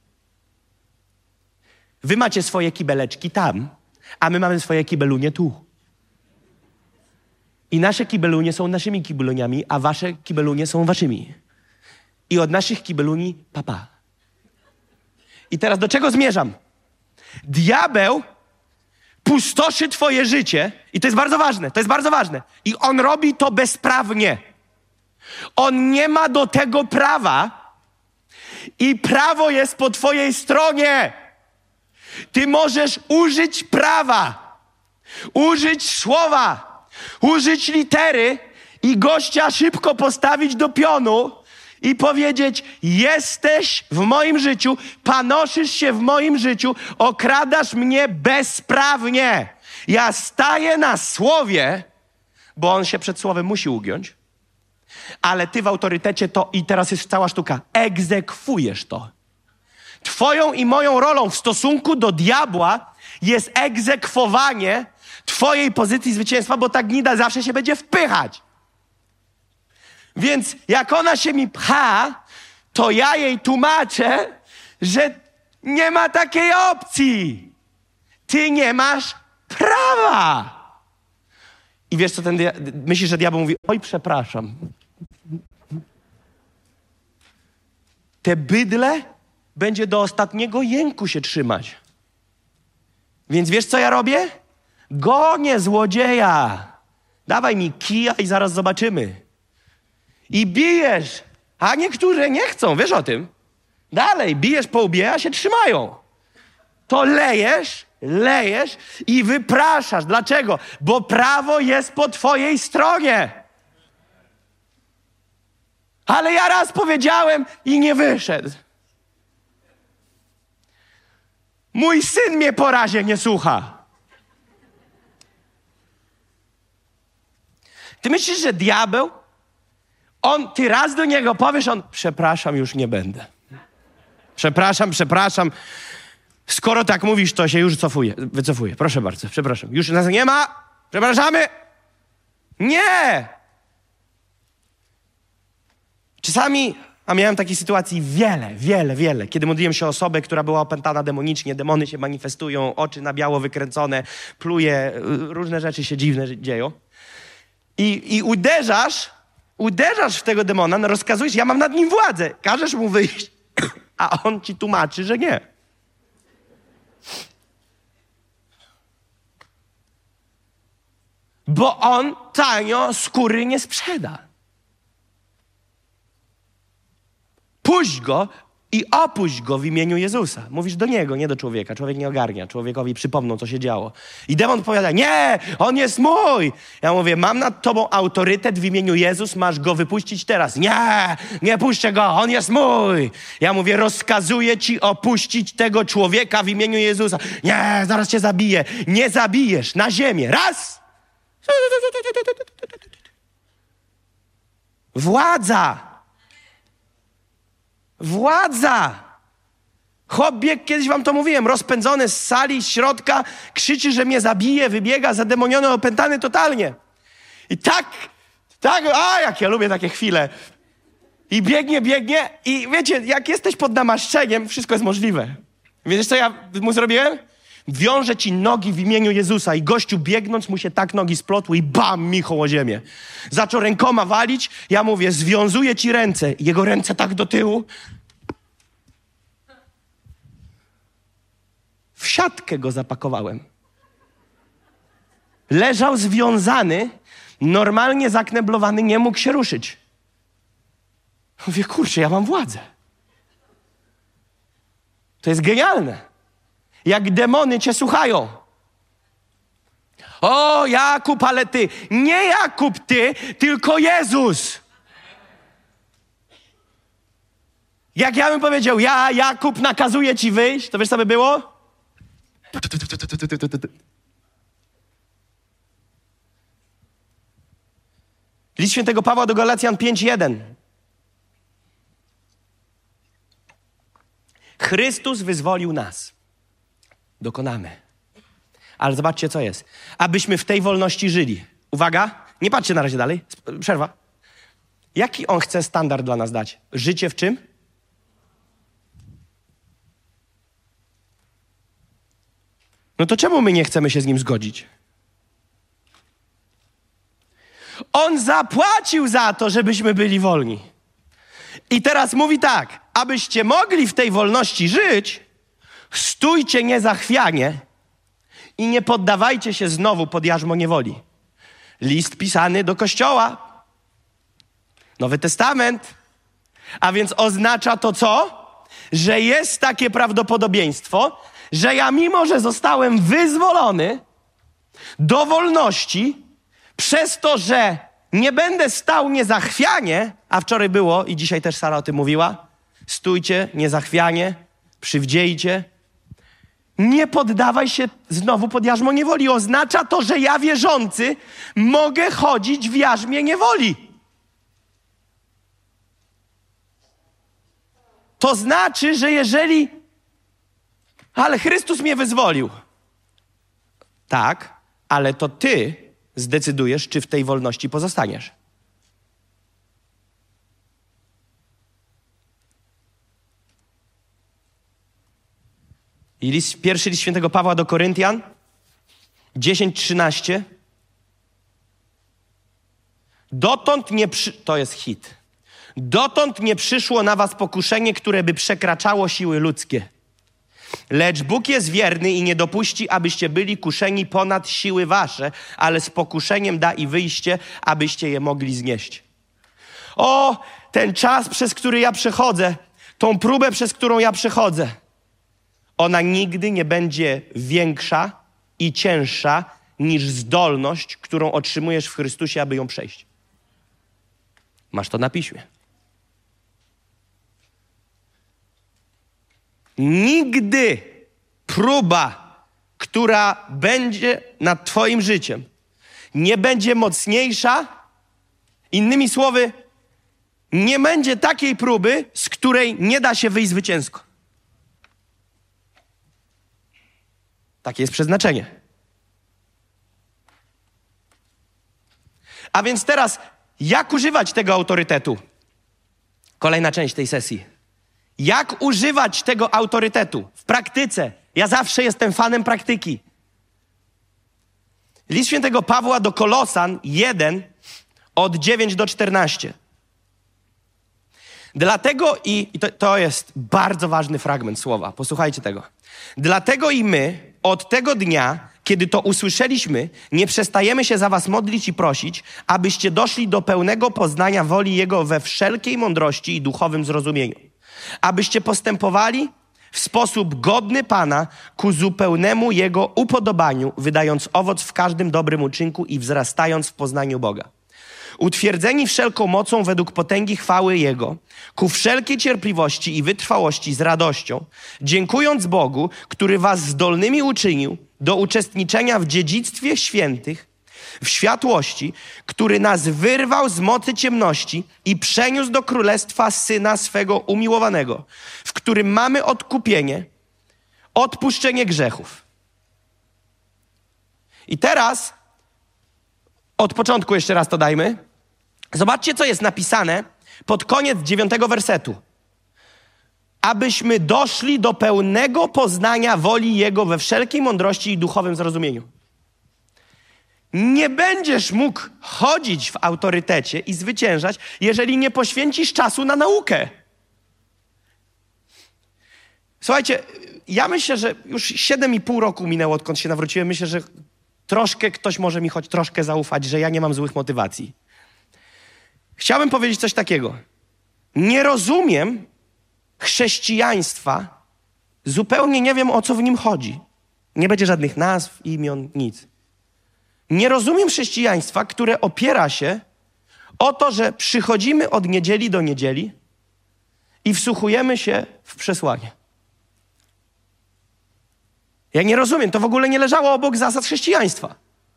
Wy macie swoje kibeleczki tam, a my mamy swoje kibelunie tu. I nasze kibelunie są naszymi kibeluniami, a wasze kibelunie są waszymi. I od naszych kibeluni papa. I teraz do czego zmierzam? Diabeł pustoszy twoje życie i to jest bardzo ważne, to jest bardzo ważne. I on robi to bezprawnie. On nie ma do tego prawa i prawo jest po twojej stronie. Ty możesz użyć prawa, użyć słowa, użyć litery i gościa szybko postawić do pionu i powiedzieć, jesteś w moim życiu, panoszysz się w moim życiu, okradasz mnie bezprawnie. Ja staję na słowie, bo on się przed słowem musi ugiąć, ale ty w autorytecie to, i teraz jest cała sztuka, egzekwujesz to. Twoją i moją rolą w stosunku do diabła jest egzekwowanie twojej pozycji zwycięstwa, bo ta gnida zawsze się będzie wpychać. Więc jak ona się mi pcha, to ja jej tłumaczę, że nie ma takiej opcji. Ty nie masz prawa. I wiesz co, myślisz, że diabeł mówi, oj, przepraszam. Te bydle będzie do ostatniego jęku się trzymać. Więc wiesz, co ja robię? Gonię złodzieja. Dawaj mi kija i zaraz zobaczymy. I bijesz, a niektórzy nie chcą, wiesz o tym. Dalej, bijesz po łbie, a się trzymają. To lejesz i wypraszasz. Dlaczego? Bo prawo jest po twojej stronie. Ale ja raz powiedziałem i nie wyszedł. Mój syn mnie po razie nie słucha. Ty myślisz, że diabeł, ty raz do niego powiesz, on, przepraszam, już nie będę. Przepraszam. Skoro tak mówisz, to się już wycofuję. Proszę bardzo, przepraszam. Już nas nie ma, przepraszamy. Nie! Czasami A miałem takich sytuacji wiele, kiedy modliłem się o osobę, która była opętana demonicznie, demony się manifestują, oczy na biało wykręcone, pluje, różne rzeczy się dziwne dzieją. I uderzasz w tego demona, rozkazujesz, ja mam nad nim władzę, każesz mu wyjść, a on ci tłumaczy, że nie. Bo on tanio skóry nie sprzeda. Puść go i opuść go w imieniu Jezusa. Mówisz do niego, nie do człowieka. Człowiek nie ogarnia. Człowiekowi przypomną, co się działo. I demon powiada, nie, on jest mój. Ja mówię, mam nad tobą autorytet w imieniu Jezus, masz go wypuścić teraz. Nie, nie puszczę go, on jest mój. Ja mówię, rozkazuję ci opuścić tego człowieka w imieniu Jezusa. Nie, zaraz cię zabiję. Nie zabijesz, na ziemię. Raz. Władza. Chłop biegł, kiedyś wam to mówiłem, rozpędzony z sali, z środka, krzyczy, że mnie zabije, wybiega, zademoniony, opętany totalnie. I tak, jak ja lubię takie chwile. I biegnie i wiecie, jak jesteś pod namaszczeniem, wszystko jest możliwe. Wiesz, co ja mu zrobiłem? Wiążę ci nogi w imieniu Jezusa i gościu biegnąc mu się tak nogi splotły i bam, Michał o ziemię. Zaczął rękoma walić, ja mówię, związuję ci ręce. Jego ręce tak do tyłu. W siatkę go zapakowałem. Leżał związany, normalnie zakneblowany, nie mógł się ruszyć. Mówię, kurczę, ja mam władzę. To jest genialne. Jak demony cię słuchają. O, Jakub, ale ty. Nie Jakub ty, tylko Jezus. Jak ja bym powiedział, ja, Jakub, nakazuję ci wyjść, to wiesz, co by było? List świętego Pawła do Galacjan 5:1. Chrystus wyzwolił nas. Dokonamy. Ale zobaczcie, co jest. Abyśmy w tej wolności żyli. Uwaga, nie patrzcie na razie dalej. Przerwa. Jaki on chce standard dla nas dać? Życie w czym? No to czemu my nie chcemy się z nim zgodzić? On zapłacił za to, żebyśmy byli wolni. I teraz mówi tak, abyście mogli w tej wolności żyć, stójcie niezachwianie i nie poddawajcie się znowu pod jarzmo niewoli. List pisany do Kościoła. Nowy Testament. A więc oznacza to co? Że jest takie prawdopodobieństwo, że ja mimo, że zostałem wyzwolony do wolności, przez to, że nie będę stał niezachwianie, a wczoraj było i dzisiaj też Sara o tym mówiła, stójcie niezachwianie, przywdziejcie, nie poddawaj się znowu pod jarzmo niewoli. Oznacza to, że ja wierzący mogę chodzić w jarzmie niewoli. To znaczy, że jeżeli... Ale Chrystus mnie wyzwolił. Tak, ale to ty zdecydujesz, czy w tej wolności pozostaniesz. I pierwszy list świętego Pawła do Koryntian 10:13. To jest hit. Dotąd nie przyszło na was pokuszenie, które by przekraczało siły ludzkie. Lecz Bóg jest wierny i nie dopuści, abyście byli kuszeni ponad siły wasze, ale z pokuszeniem da i wyjście, abyście je mogli znieść. O, ten czas, przez który ja przechodzę, tą próbę, przez którą ja przechodzę, ona nigdy nie będzie większa i cięższa niż zdolność, którą otrzymujesz w Chrystusie, aby ją przejść. Masz to na piśmie. Nigdy próba, która będzie nad twoim życiem, nie będzie mocniejsza. Innymi słowy, nie będzie takiej próby, z której nie da się wyjść zwycięsko. Takie jest przeznaczenie. A więc teraz, jak używać tego autorytetu? Kolejna część tej sesji. Jak używać tego autorytetu w praktyce? Ja zawsze jestem fanem praktyki. List świętego Pawła do Kolosan 1, od 9 do 14. Dlatego to jest bardzo ważny fragment słowa. Posłuchajcie tego. Dlatego i my od tego dnia, kiedy to usłyszeliśmy, nie przestajemy się za was modlić i prosić, abyście doszli do pełnego poznania woli Jego we wszelkiej mądrości i duchowym zrozumieniu. Abyście postępowali w sposób godny Pana ku zupełnemu Jego upodobaniu, wydając owoc w każdym dobrym uczynku i wzrastając w poznaniu Boga. Utwierdzeni wszelką mocą według potęgi chwały Jego, ku wszelkiej cierpliwości i wytrwałości z radością, dziękując Bogu, który was zdolnymi uczynił do uczestniczenia w dziedzictwie świętych, w światłości, który nas wyrwał z mocy ciemności i przeniósł do królestwa Syna swego umiłowanego, w którym mamy odkupienie, odpuszczenie grzechów. I teraz od początku jeszcze raz to dajmy. Zobaczcie, co jest napisane pod koniec 9 wersetu. Abyśmy doszli do pełnego poznania woli Jego we wszelkiej mądrości i duchowym zrozumieniu. Nie będziesz mógł chodzić w autorytecie i zwyciężać, jeżeli nie poświęcisz czasu na naukę. Słuchajcie, ja myślę, że już 7,5 roku minęło, odkąd się nawróciłem. Myślę, że troszkę ktoś może mi choć troszkę zaufać, że ja nie mam złych motywacji. Chciałbym powiedzieć coś takiego. Nie rozumiem chrześcijaństwa, zupełnie nie wiem, o co w nim chodzi. Nie będzie żadnych nazw, imion, nic. Nie rozumiem chrześcijaństwa, które opiera się o to, że przychodzimy od niedzieli do niedzieli i wsłuchujemy się w przesłanie. Ja nie rozumiem, to w ogóle nie leżało obok zasad chrześcijaństwa.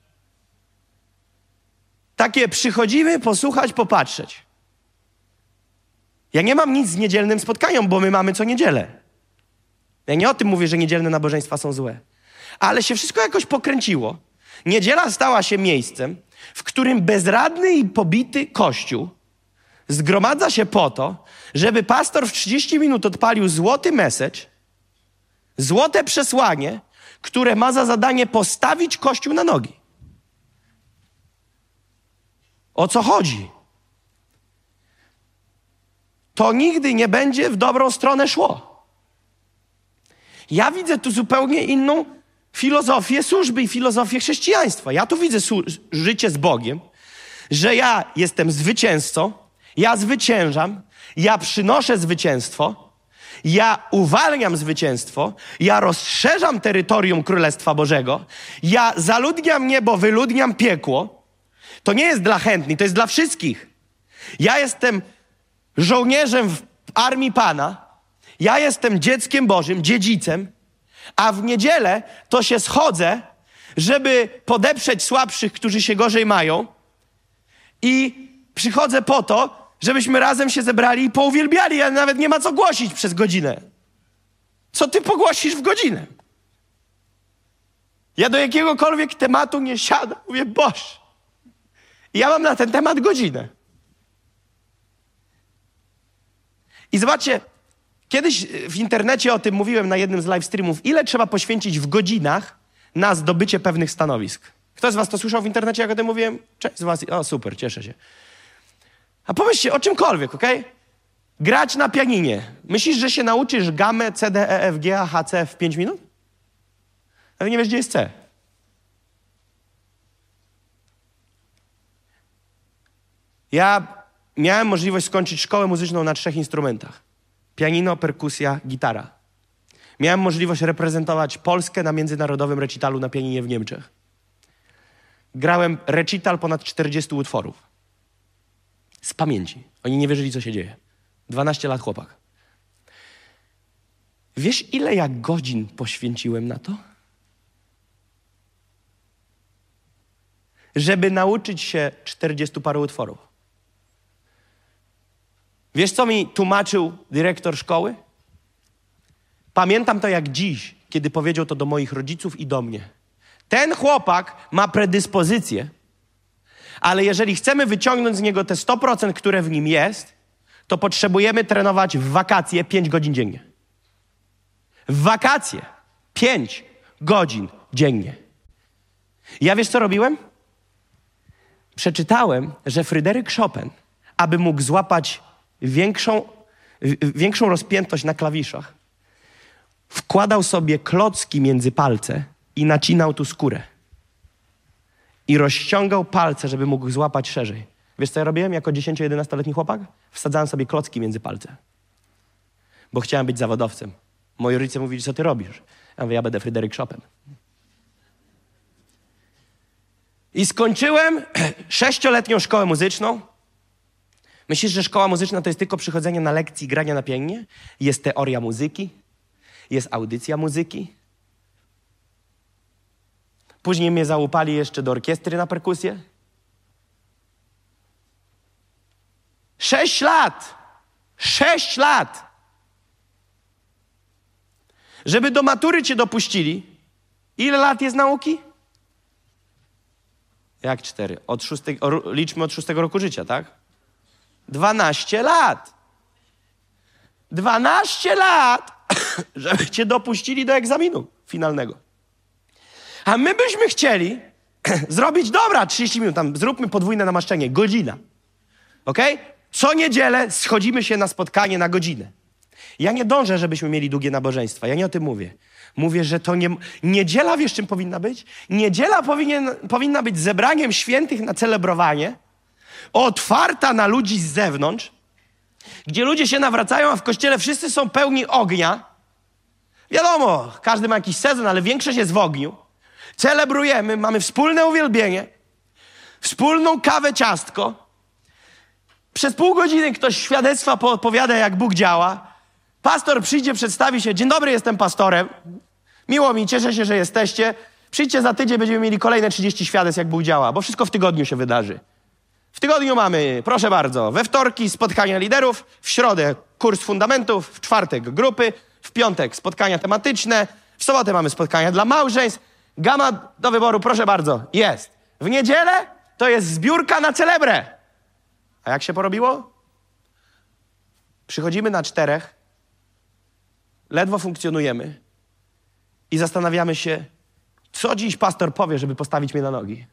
Takie przychodzimy posłuchać, popatrzeć. Ja nie mam nic z niedzielnym spotkaniem, bo my mamy co niedzielę. Ja nie o tym mówię, że niedzielne nabożeństwa są złe. Ale się wszystko jakoś pokręciło. Niedziela stała się miejscem, w którym bezradny i pobity Kościół zgromadza się po to, żeby pastor w 30 minut odpalił złoty message, złote przesłanie, które ma za zadanie postawić Kościół na nogi. O co chodzi? To nigdy nie będzie w dobrą stronę szło. Ja widzę tu zupełnie inną filozofię służby i filozofię chrześcijaństwa. Ja tu widzę życie z Bogiem, że ja jestem zwycięzcą, ja zwyciężam, ja przynoszę zwycięstwo, ja uwalniam zwycięstwo, ja rozszerzam terytorium Królestwa Bożego, ja zaludniam niebo, wyludniam piekło. To nie jest dla chętnych, to jest dla wszystkich. Ja jestem żołnierzem w armii Pana, ja jestem dzieckiem Bożym, dziedzicem, a w niedzielę to się schodzę, żeby podeprzeć słabszych, którzy się gorzej mają, i przychodzę po to, żebyśmy razem się zebrali i pouwielbiali, a nawet nie ma co głosić przez godzinę. Co ty pogłosisz w godzinę? Ja do jakiegokolwiek tematu nie siadam. Mówię, Boże, ja mam na ten temat godzinę. I zobaczcie, kiedyś w internecie o tym mówiłem na jednym z live streamów, ile trzeba poświęcić w godzinach na zdobycie pewnych stanowisk. Kto z was to słyszał w internecie, jak o tym mówiłem? Część z was. O, super, cieszę się. A pomyślcie o czymkolwiek, okej? Grać na pianinie. Myślisz, że się nauczysz gamę C, D, E, F, G, A, H, C w 5 minut? Ale nie wiesz, gdzie jest C. Ja miałem możliwość skończyć szkołę muzyczną na 3 instrumentach. Pianino, perkusja, gitara. Miałem możliwość reprezentować Polskę na międzynarodowym recitalu na pianinie w Niemczech. Grałem recital ponad 40 utworów. Z pamięci. Oni nie wierzyli, co się dzieje. 12 lat chłopak. Wiesz, ile ja godzin poświęciłem na to? Żeby nauczyć się 40 paru utworów. Wiesz, co mi tłumaczył dyrektor szkoły? Pamiętam to jak dziś, kiedy powiedział to do moich rodziców i do mnie. Ten chłopak ma predyspozycję, ale jeżeli chcemy wyciągnąć z niego te 100%, które w nim jest, to potrzebujemy trenować w wakacje 5 godzin dziennie. W wakacje 5 godzin dziennie. Ja wiesz, co robiłem? Przeczytałem, że Fryderyk Chopin, aby mógł złapać większą rozpiętość na klawiszach, wkładał sobie klocki między palce i nacinał tu skórę. I rozciągał palce, żeby mógł złapać szerzej. Wiesz, co ja robiłem jako 10-11-letni chłopak? Wsadzałem sobie klocki między palce. Bo chciałem być zawodowcem. Moi rodzice mówili, co ty robisz? Ja mówię, ja będę Fryderyk Chopin. I skończyłem 6-letnią szkołę muzyczną. Myślisz, że szkoła muzyczna to jest tylko przychodzenie na lekcje i grania na pianinie? Jest teoria muzyki, jest audycja muzyki. Później mnie załupali jeszcze do orkiestry na perkusję. 6 lat! 6 lat! Żeby do matury cię dopuścili, ile lat jest nauki? Jak 4? Liczmy od 6 roku życia, tak? 12 lat. 12 lat, żeby cię dopuścili do egzaminu finalnego. A my byśmy chcieli zrobić, dobra, 30 minut, tam zróbmy podwójne namaszczenie, godzina. Okej? Co niedzielę schodzimy się na spotkanie na godzinę. Ja nie dążę, żebyśmy mieli długie nabożeństwa. Ja nie o tym mówię. Mówię, że to nie... Niedziela, wiesz, czym powinna być? Niedziela powinna być zebraniem świętych na celebrowanie, otwarta na ludzi z zewnątrz, gdzie ludzie się nawracają, a w kościele wszyscy są pełni ognia. Wiadomo, każdy ma jakiś sezon, ale większość jest w ogniu. Celebrujemy, mamy wspólne uwielbienie, wspólną kawę, ciastko. Przez pół godziny ktoś świadectwa opowiada, jak Bóg działa. Pastor przyjdzie, przedstawi się. Dzień dobry, jestem pastorem. Miło mi, cieszę się, że jesteście. Przyjdźcie za tydzień, będziemy mieli kolejne 30 świadectw, jak Bóg działa, bo wszystko w tygodniu się wydarzy. W tygodniu mamy, proszę bardzo, we wtorki spotkania liderów, w środę kurs fundamentów, w czwartek grupy, w piątek spotkania tematyczne, w sobotę mamy spotkania dla małżeństw. Gama do wyboru, proszę bardzo, jest. W niedzielę to jest zbiórka na celebrę. A jak się porobiło? Przychodzimy na 4, ledwo funkcjonujemy i zastanawiamy się, co dziś pastor powie, żeby postawić mnie na nogi.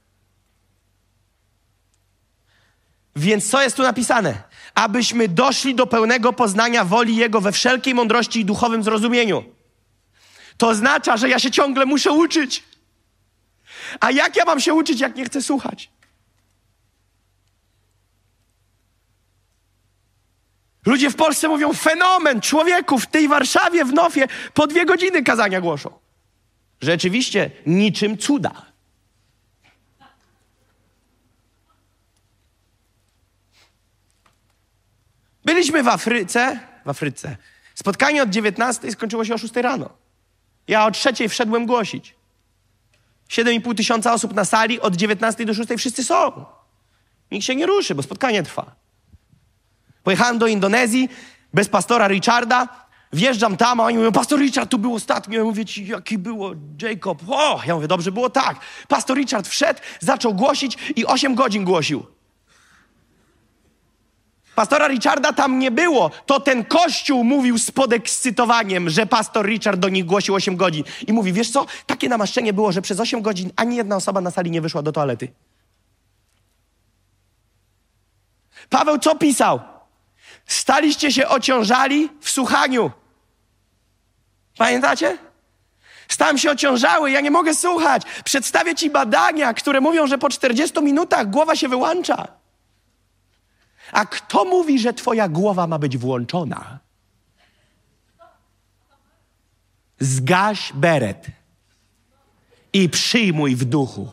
Więc co jest tu napisane? Abyśmy doszli do pełnego poznania woli Jego we wszelkiej mądrości i duchowym zrozumieniu. To oznacza, że ja się ciągle muszę uczyć. A jak ja mam się uczyć, jak nie chcę słuchać? Ludzie w Polsce mówią fenomen, człowieku, w tej Warszawie, w Nofie po 2 godziny kazania głoszą. Rzeczywiście, niczym cuda. Byliśmy w Afryce. Spotkanie od 19 skończyło się o 6 rano. Ja o 3 wszedłem głosić. 7,5 tysiąca osób na sali, od 19 do 6 wszyscy są. Nikt się nie ruszy, bo spotkanie trwa. Pojechałem do Indonezji bez pastora Richarda, wjeżdżam tam, a oni mówią, pastor Richard tu był ostatnio. Ja mówię ci, jaki było Jacob? O! Ja mówię, dobrze było tak. Pastor Richard wszedł, zaczął głosić i 8 godzin głosił. Pastora Richarda tam nie było. To ten kościół mówił z podekscytowaniem, że pastor Richard do nich głosił 8 godzin. I mówi, wiesz co? Takie namaszczenie było, że przez 8 godzin ani jedna osoba na sali nie wyszła do toalety. Paweł co pisał? Staliście się ociążali w słuchaniu. Pamiętacie? Stałem się ociążały, ja nie mogę słuchać. Przedstawię ci badania, które mówią, że po 40 minutach głowa się wyłącza. A kto mówi, że twoja głowa ma być włączona? Zgaś beret i przyjmuj w duchu.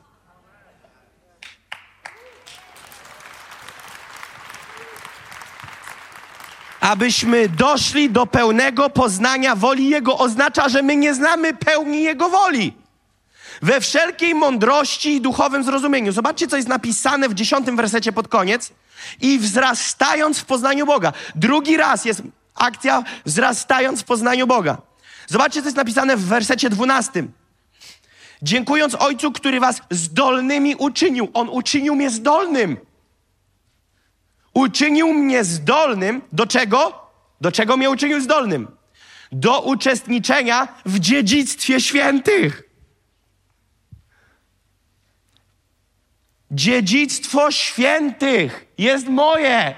Abyśmy doszli do pełnego poznania woli Jego, oznacza, że my nie znamy pełni Jego woli. We wszelkiej mądrości i duchowym zrozumieniu. Zobaczcie, co jest napisane w 10 wersecie pod koniec. I wzrastając w poznaniu Boga. Drugi raz jest akcja wzrastając w poznaniu Boga. Zobaczcie, co jest napisane w wersecie 12. Dziękując Ojcu, który was zdolnymi uczynił. On uczynił mnie zdolnym. uczynił mnie zdolnym do czego? Do czego mnie uczynił zdolnym? Do uczestniczenia w dziedzictwie świętych. Dziedzictwo świętych jest moje.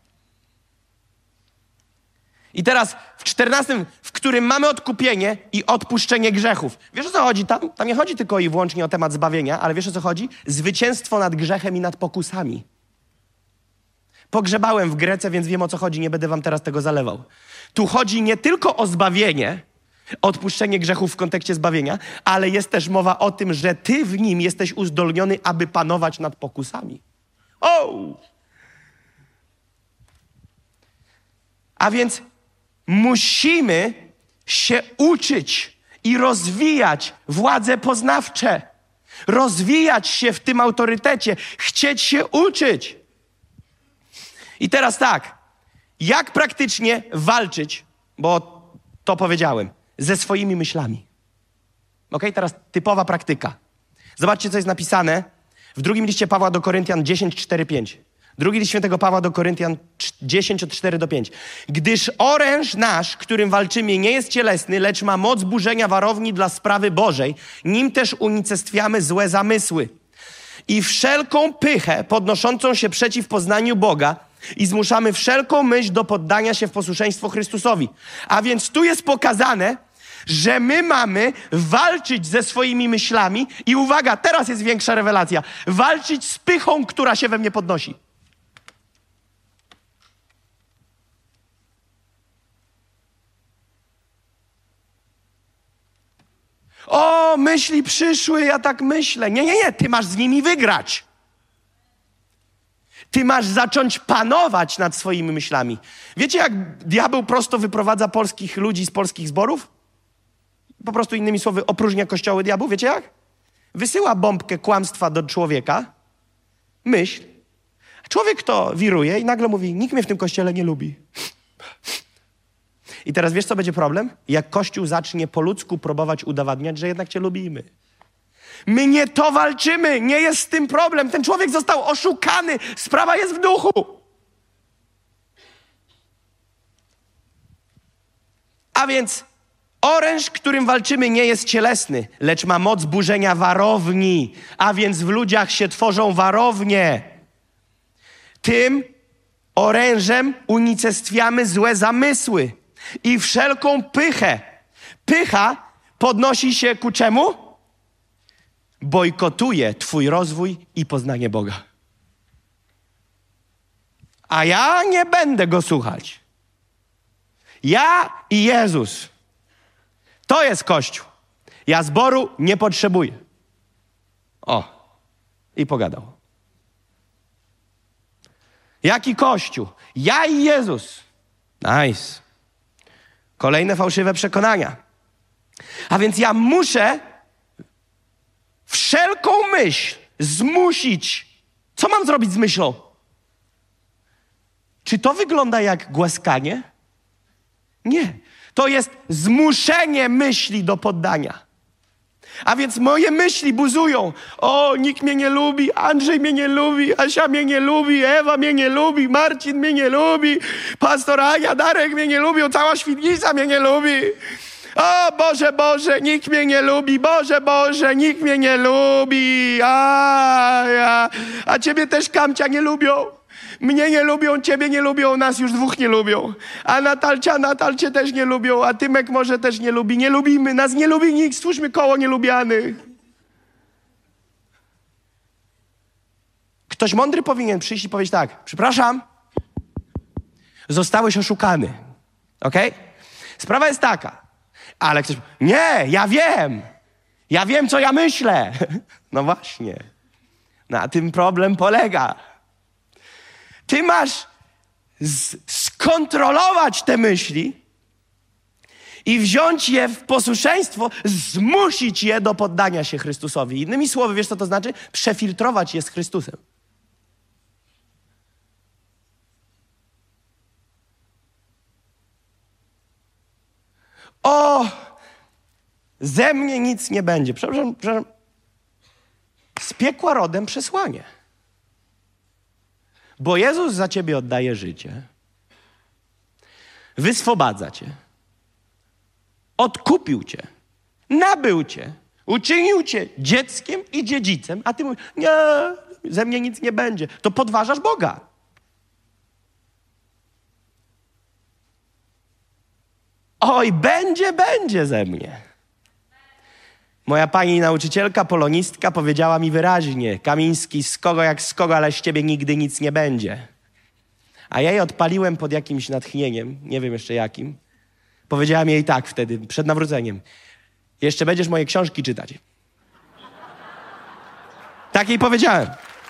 I teraz w 14, w którym mamy odkupienie i odpuszczenie grzechów. Wiesz, o co chodzi? Tam nie chodzi tylko i wyłącznie o temat zbawienia, ale wiesz, o co chodzi? Zwycięstwo nad grzechem i nad pokusami. Pogrzebałem w Grece, więc wiem, o co chodzi. Nie będę wam teraz tego zalewał. Tu chodzi nie tylko o zbawienie, odpuszczenie grzechów w kontekście zbawienia, ale jest też mowa o tym, że ty w nim jesteś uzdolniony, aby panować nad pokusami. A więc musimy się uczyć i rozwijać władze poznawcze. Rozwijać się w tym autorytecie. Chcieć się uczyć. I teraz tak. Jak praktycznie walczyć, bo to powiedziałem, ze swoimi myślami. Okej, teraz typowa praktyka. Zobaczcie, co jest napisane w drugim liście Pawła do Koryntian 10, 4, 5. Drugi list świętego Pawła do Koryntian 10, od 4 do 5. Gdyż oręż nasz, którym walczymy, nie jest cielesny, lecz ma moc burzenia warowni dla sprawy Bożej. Nim też unicestwiamy złe zamysły. I wszelką pychę podnoszącą się przeciw poznaniu Boga i zmuszamy wszelką myśl do poddania się w posłuszeństwo Chrystusowi. A więc tu jest pokazane, że my mamy walczyć ze swoimi myślami i uwaga, teraz jest większa rewelacja, walczyć z pychą, która się we mnie podnosi. O, myśli przyszły, ja tak myślę. Nie, ty masz z nimi wygrać. Ty masz zacząć panować nad swoimi myślami. Wiecie, jak diabeł prosto wyprowadza polskich ludzi z polskich zborów? Po prostu innymi słowy, opróżnia kościoły diabłu. Wiecie jak? Wysyła bombkę kłamstwa do człowieka, myśl. Człowiek to wiruje i nagle mówi, nikt mnie w tym kościele nie lubi. I teraz wiesz, co będzie problem? Jak Kościół zacznie po ludzku próbować udowadniać, że jednak cię lubimy. My nie to walczymy, nie jest z tym problem. Ten człowiek został oszukany, sprawa jest w duchu. A więc oręż, którym walczymy, nie jest cielesny, lecz ma moc burzenia warowni, a więc w ludziach się tworzą warownie. Tym orężem unicestwiamy złe zamysły i wszelką pychę. Pycha podnosi się ku czemu? Bojkotuje twój rozwój i poznanie Boga. A ja nie będę go słuchać. Ja i Jezus. To jest Kościół. Ja zboru nie potrzebuję. O, i pogadał. Jaki Kościół? Ja i Jezus. Nice. Kolejne fałszywe przekonania. A więc ja muszę wszelką myśl zmusić. Co mam zrobić z myślą? Czy to wygląda jak głaskanie? Nie. To jest zmuszenie myśli do poddania. A więc moje myśli buzują. O, nikt mnie nie lubi, Andrzej mnie nie lubi, Asia mnie nie lubi, Ewa mnie nie lubi, Marcin mnie nie lubi, pastor Ania, Darek mnie nie lubią, cała Świdnica mnie nie lubi. O, Boże, Boże, nikt mnie nie lubi, Boże, Boże, nikt mnie nie lubi. A ciebie też, Kamcia, nie lubią. Mnie nie lubią, ciebie nie lubią, nas już dwóch nie lubią. A Natalcie też nie lubią, a Tymek może też nie lubi. Nie lubimy, nas nie lubi nikt, stwórzmy koło nielubianych. Ktoś mądry powinien przyjść i powiedzieć tak, przepraszam, zostałeś oszukany. Okej? Sprawa jest taka, ale ktoś, nie, ja wiem, co ja myślę. No właśnie, na tym problem polega. Ty masz skontrolować te myśli i wziąć je w posłuszeństwo, zmusić je do poddania się Chrystusowi. Innymi słowy, wiesz co to znaczy? Przefiltrować je z Chrystusem. O, ze mnie nic nie będzie. Przepraszam. Z piekła rodem przesłanie. Bo Jezus za ciebie oddaje życie. Wyswobadza cię. Odkupił cię. Nabył cię. Uczynił cię dzieckiem i dziedzicem. A ty mówisz, nie, ze mnie nic nie będzie. To podważasz Boga. Oj, będzie ze mnie. Moja pani nauczycielka, polonistka powiedziała mi wyraźnie, Kamiński, z kogo jak z kogo, ale z ciebie nigdy nic nie będzie. A ja jej odpaliłem pod jakimś natchnieniem, nie wiem jeszcze jakim. Powiedziałem jej tak wtedy, przed nawróceniem. Jeszcze będziesz moje książki czytać. Tak jej powiedziałem.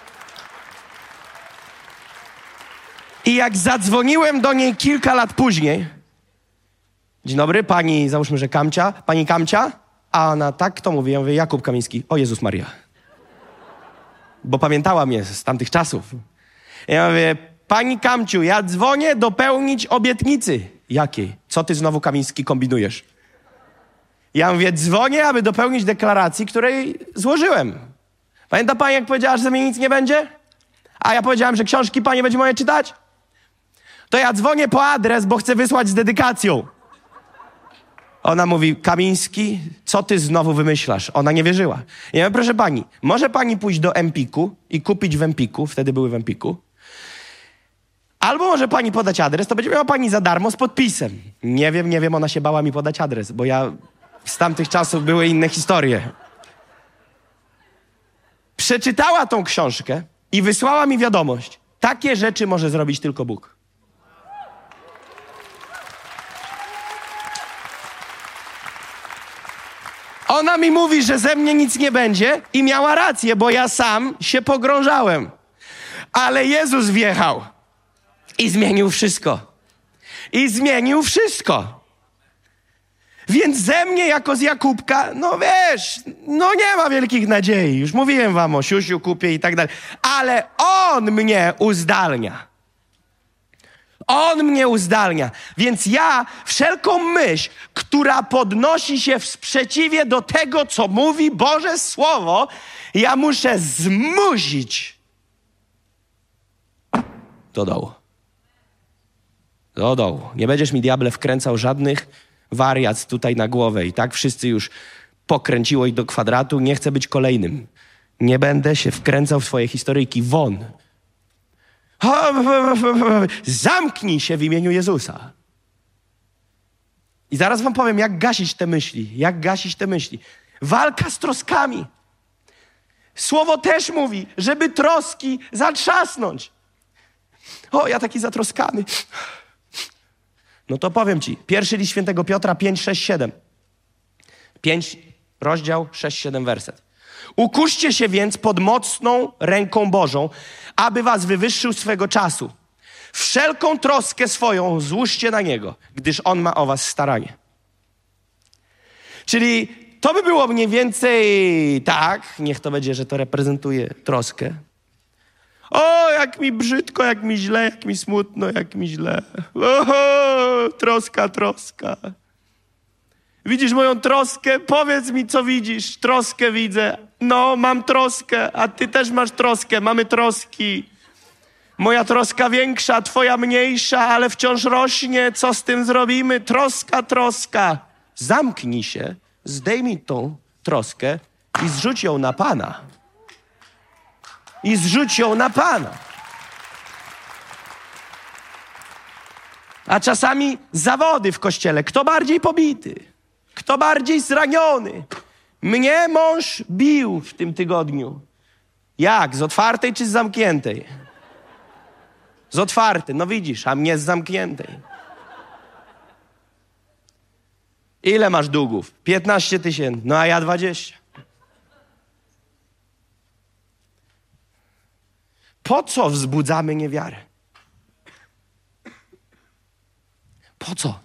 I jak zadzwoniłem do niej kilka lat później, dzień dobry, pani, załóżmy, że Kamcia, pani Kamcia, a ona tak, kto mówi? Ja mówię, Jakub Kamiński. O Jezus Maria. Bo pamiętała mnie z tamtych czasów. Ja mówię, pani Kamciu, ja dzwonię dopełnić obietnicy. Jakiej? Co ty znowu, Kamiński, kombinujesz? Ja mówię, dzwonię, aby dopełnić deklaracji, której złożyłem. Pamięta pani, jak powiedziała, że ze mnie nic nie będzie? A ja powiedziałem, że książki pani będzie moje czytać? To ja dzwonię po adres, bo chcę wysłać z dedykacją. Ona mówi, Kamiński, co ty znowu wymyślasz? Ona nie wierzyła. Ja mówię, proszę pani, może pani pójść do Empiku i kupić w Empiku, wtedy były w Empiku, albo może pani podać adres, to będzie miała pani za darmo z podpisem. Nie wiem, ona się bała mi podać adres, bo z tamtych czasów były inne historie. Przeczytała tą książkę i wysłała mi wiadomość. Takie rzeczy może zrobić tylko Bóg. Ona mi mówi, że ze mnie nic nie będzie i miała rację, bo ja sam się pogrążałem. Ale Jezus wjechał i zmienił wszystko. I zmienił wszystko. Więc ze mnie jako z Jakubka, no wiesz, no nie ma wielkich nadziei. Już mówiłem wam o siusiu, kupie i tak dalej. Ale On mnie uzdalnia. On mnie uzdalnia. Więc ja wszelką myśl, która podnosi się w sprzeciwie do tego, co mówi Boże Słowo, ja muszę zmusić do dołu. Do dołu. Nie będziesz mi, diable, wkręcał żadnych wariac tutaj na głowę. I tak wszyscy już pokręciło ich do kwadratu. Nie chcę być kolejnym. Nie będę się wkręcał w swoje historyjki. Won. Zamknij się w imieniu Jezusa. I zaraz wam powiem, jak gasić te myśli. Jak gasić te myśli. Walka z troskami. Słowo też mówi, żeby troski zatrzasnąć. O, ja taki zatroskany. No to powiem ci. Pierwszy list świętego Piotra 5, 6, 7. 5, rozdział 6, 7, werset. Ukuszcie się więc pod mocną ręką Bożą, aby was wywyższył swego czasu. Wszelką troskę swoją złóżcie na Niego, gdyż On ma o was staranie. Czyli to by było mniej więcej tak, niech to będzie, że to reprezentuje troskę. O, jak mi brzydko, jak mi źle, jak mi smutno, jak mi źle. O, troska, troska. Widzisz moją troskę? Powiedz mi, co widzisz. Troskę widzę. No, mam troskę, a ty też masz troskę. Mamy troski. Moja troska większa, twoja mniejsza, ale wciąż rośnie. Co z tym zrobimy? Troska, troska. Zamknij się, zdejmij tą troskę i zrzuć ją na Pana. I zrzuć ją na Pana. A czasami zawody w kościele. Kto bardziej pobity? Kto bardziej zraniony? Mnie mąż bił w tym tygodniu. Jak? Z otwartej czy z zamkniętej? Z otwartej. No widzisz, a mnie z zamkniętej. Ile masz długów? 15 000. No a ja 20. Po co wzbudzamy niewiarę? Po co?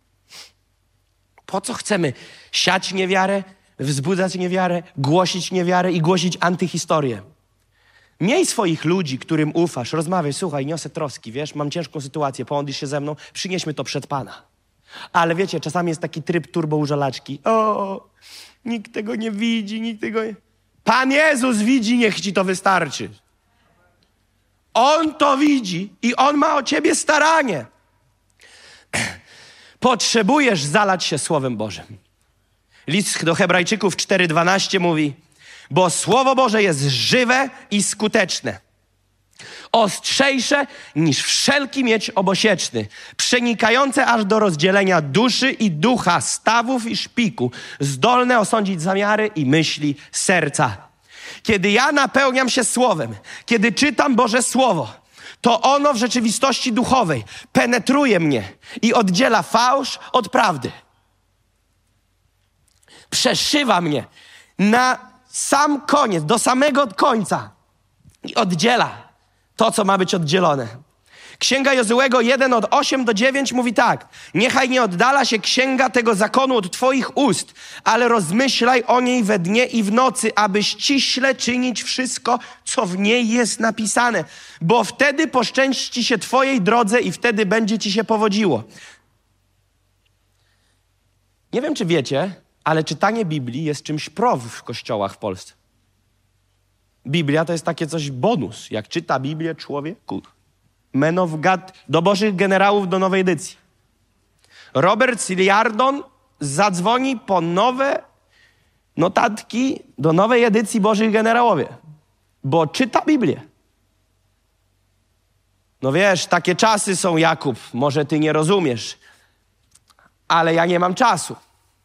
Po co chcemy siać niewiarę, wzbudzać niewiarę, głosić niewiarę i głosić antyhistorię? Miej swoich ludzi, którym ufasz, rozmawiaj, słuchaj, niosę troski, wiesz, mam ciężką sytuację, pomodlisz się ze mną, przynieśmy to przed Pana. Ale wiecie, czasami jest taki tryb turboużalaczki. O, nikt tego nie widzi, nikt tego nie... Pan Jezus widzi, niech ci to wystarczy. On to widzi i On ma o ciebie staranie. Potrzebujesz zalać się Słowem Bożym. List do Hebrajczyków 4:12 mówi: bo Słowo Boże jest żywe i skuteczne, ostrzejsze niż wszelki miecz obosieczny, przenikające aż do rozdzielenia duszy i ducha, stawów i szpiku, zdolne osądzić zamiary i myśli serca. Kiedy ja napełniam się Słowem, kiedy czytam Boże Słowo, to ono w rzeczywistości duchowej penetruje mnie i oddziela fałsz od prawdy. Przeszywa mnie na sam koniec, do samego końca i oddziela to, co ma być oddzielone. Księga Jozułego 1 od 8 do 9 mówi tak: niechaj nie oddala się księga tego zakonu od twoich ust, ale rozmyślaj o niej we dnie i w nocy, aby ściśle czynić wszystko, co w niej jest napisane, bo wtedy poszczęści się twojej drodze i wtedy będzie ci się powodziło. Nie wiem, czy wiecie, ale czytanie Biblii jest czymś pro w kościołach w Polsce. Biblia to jest takie coś bonus. Jak czyta Biblię człowieku. Man of God, do Bożych Generałów, do nowej edycji. Robert Siliardon zadzwoni po nowe notatki do nowej edycji Bożych Generałowie, bo czyta Biblię. No wiesz, takie czasy są, Jakub, może ty nie rozumiesz, ale ja nie mam czasu.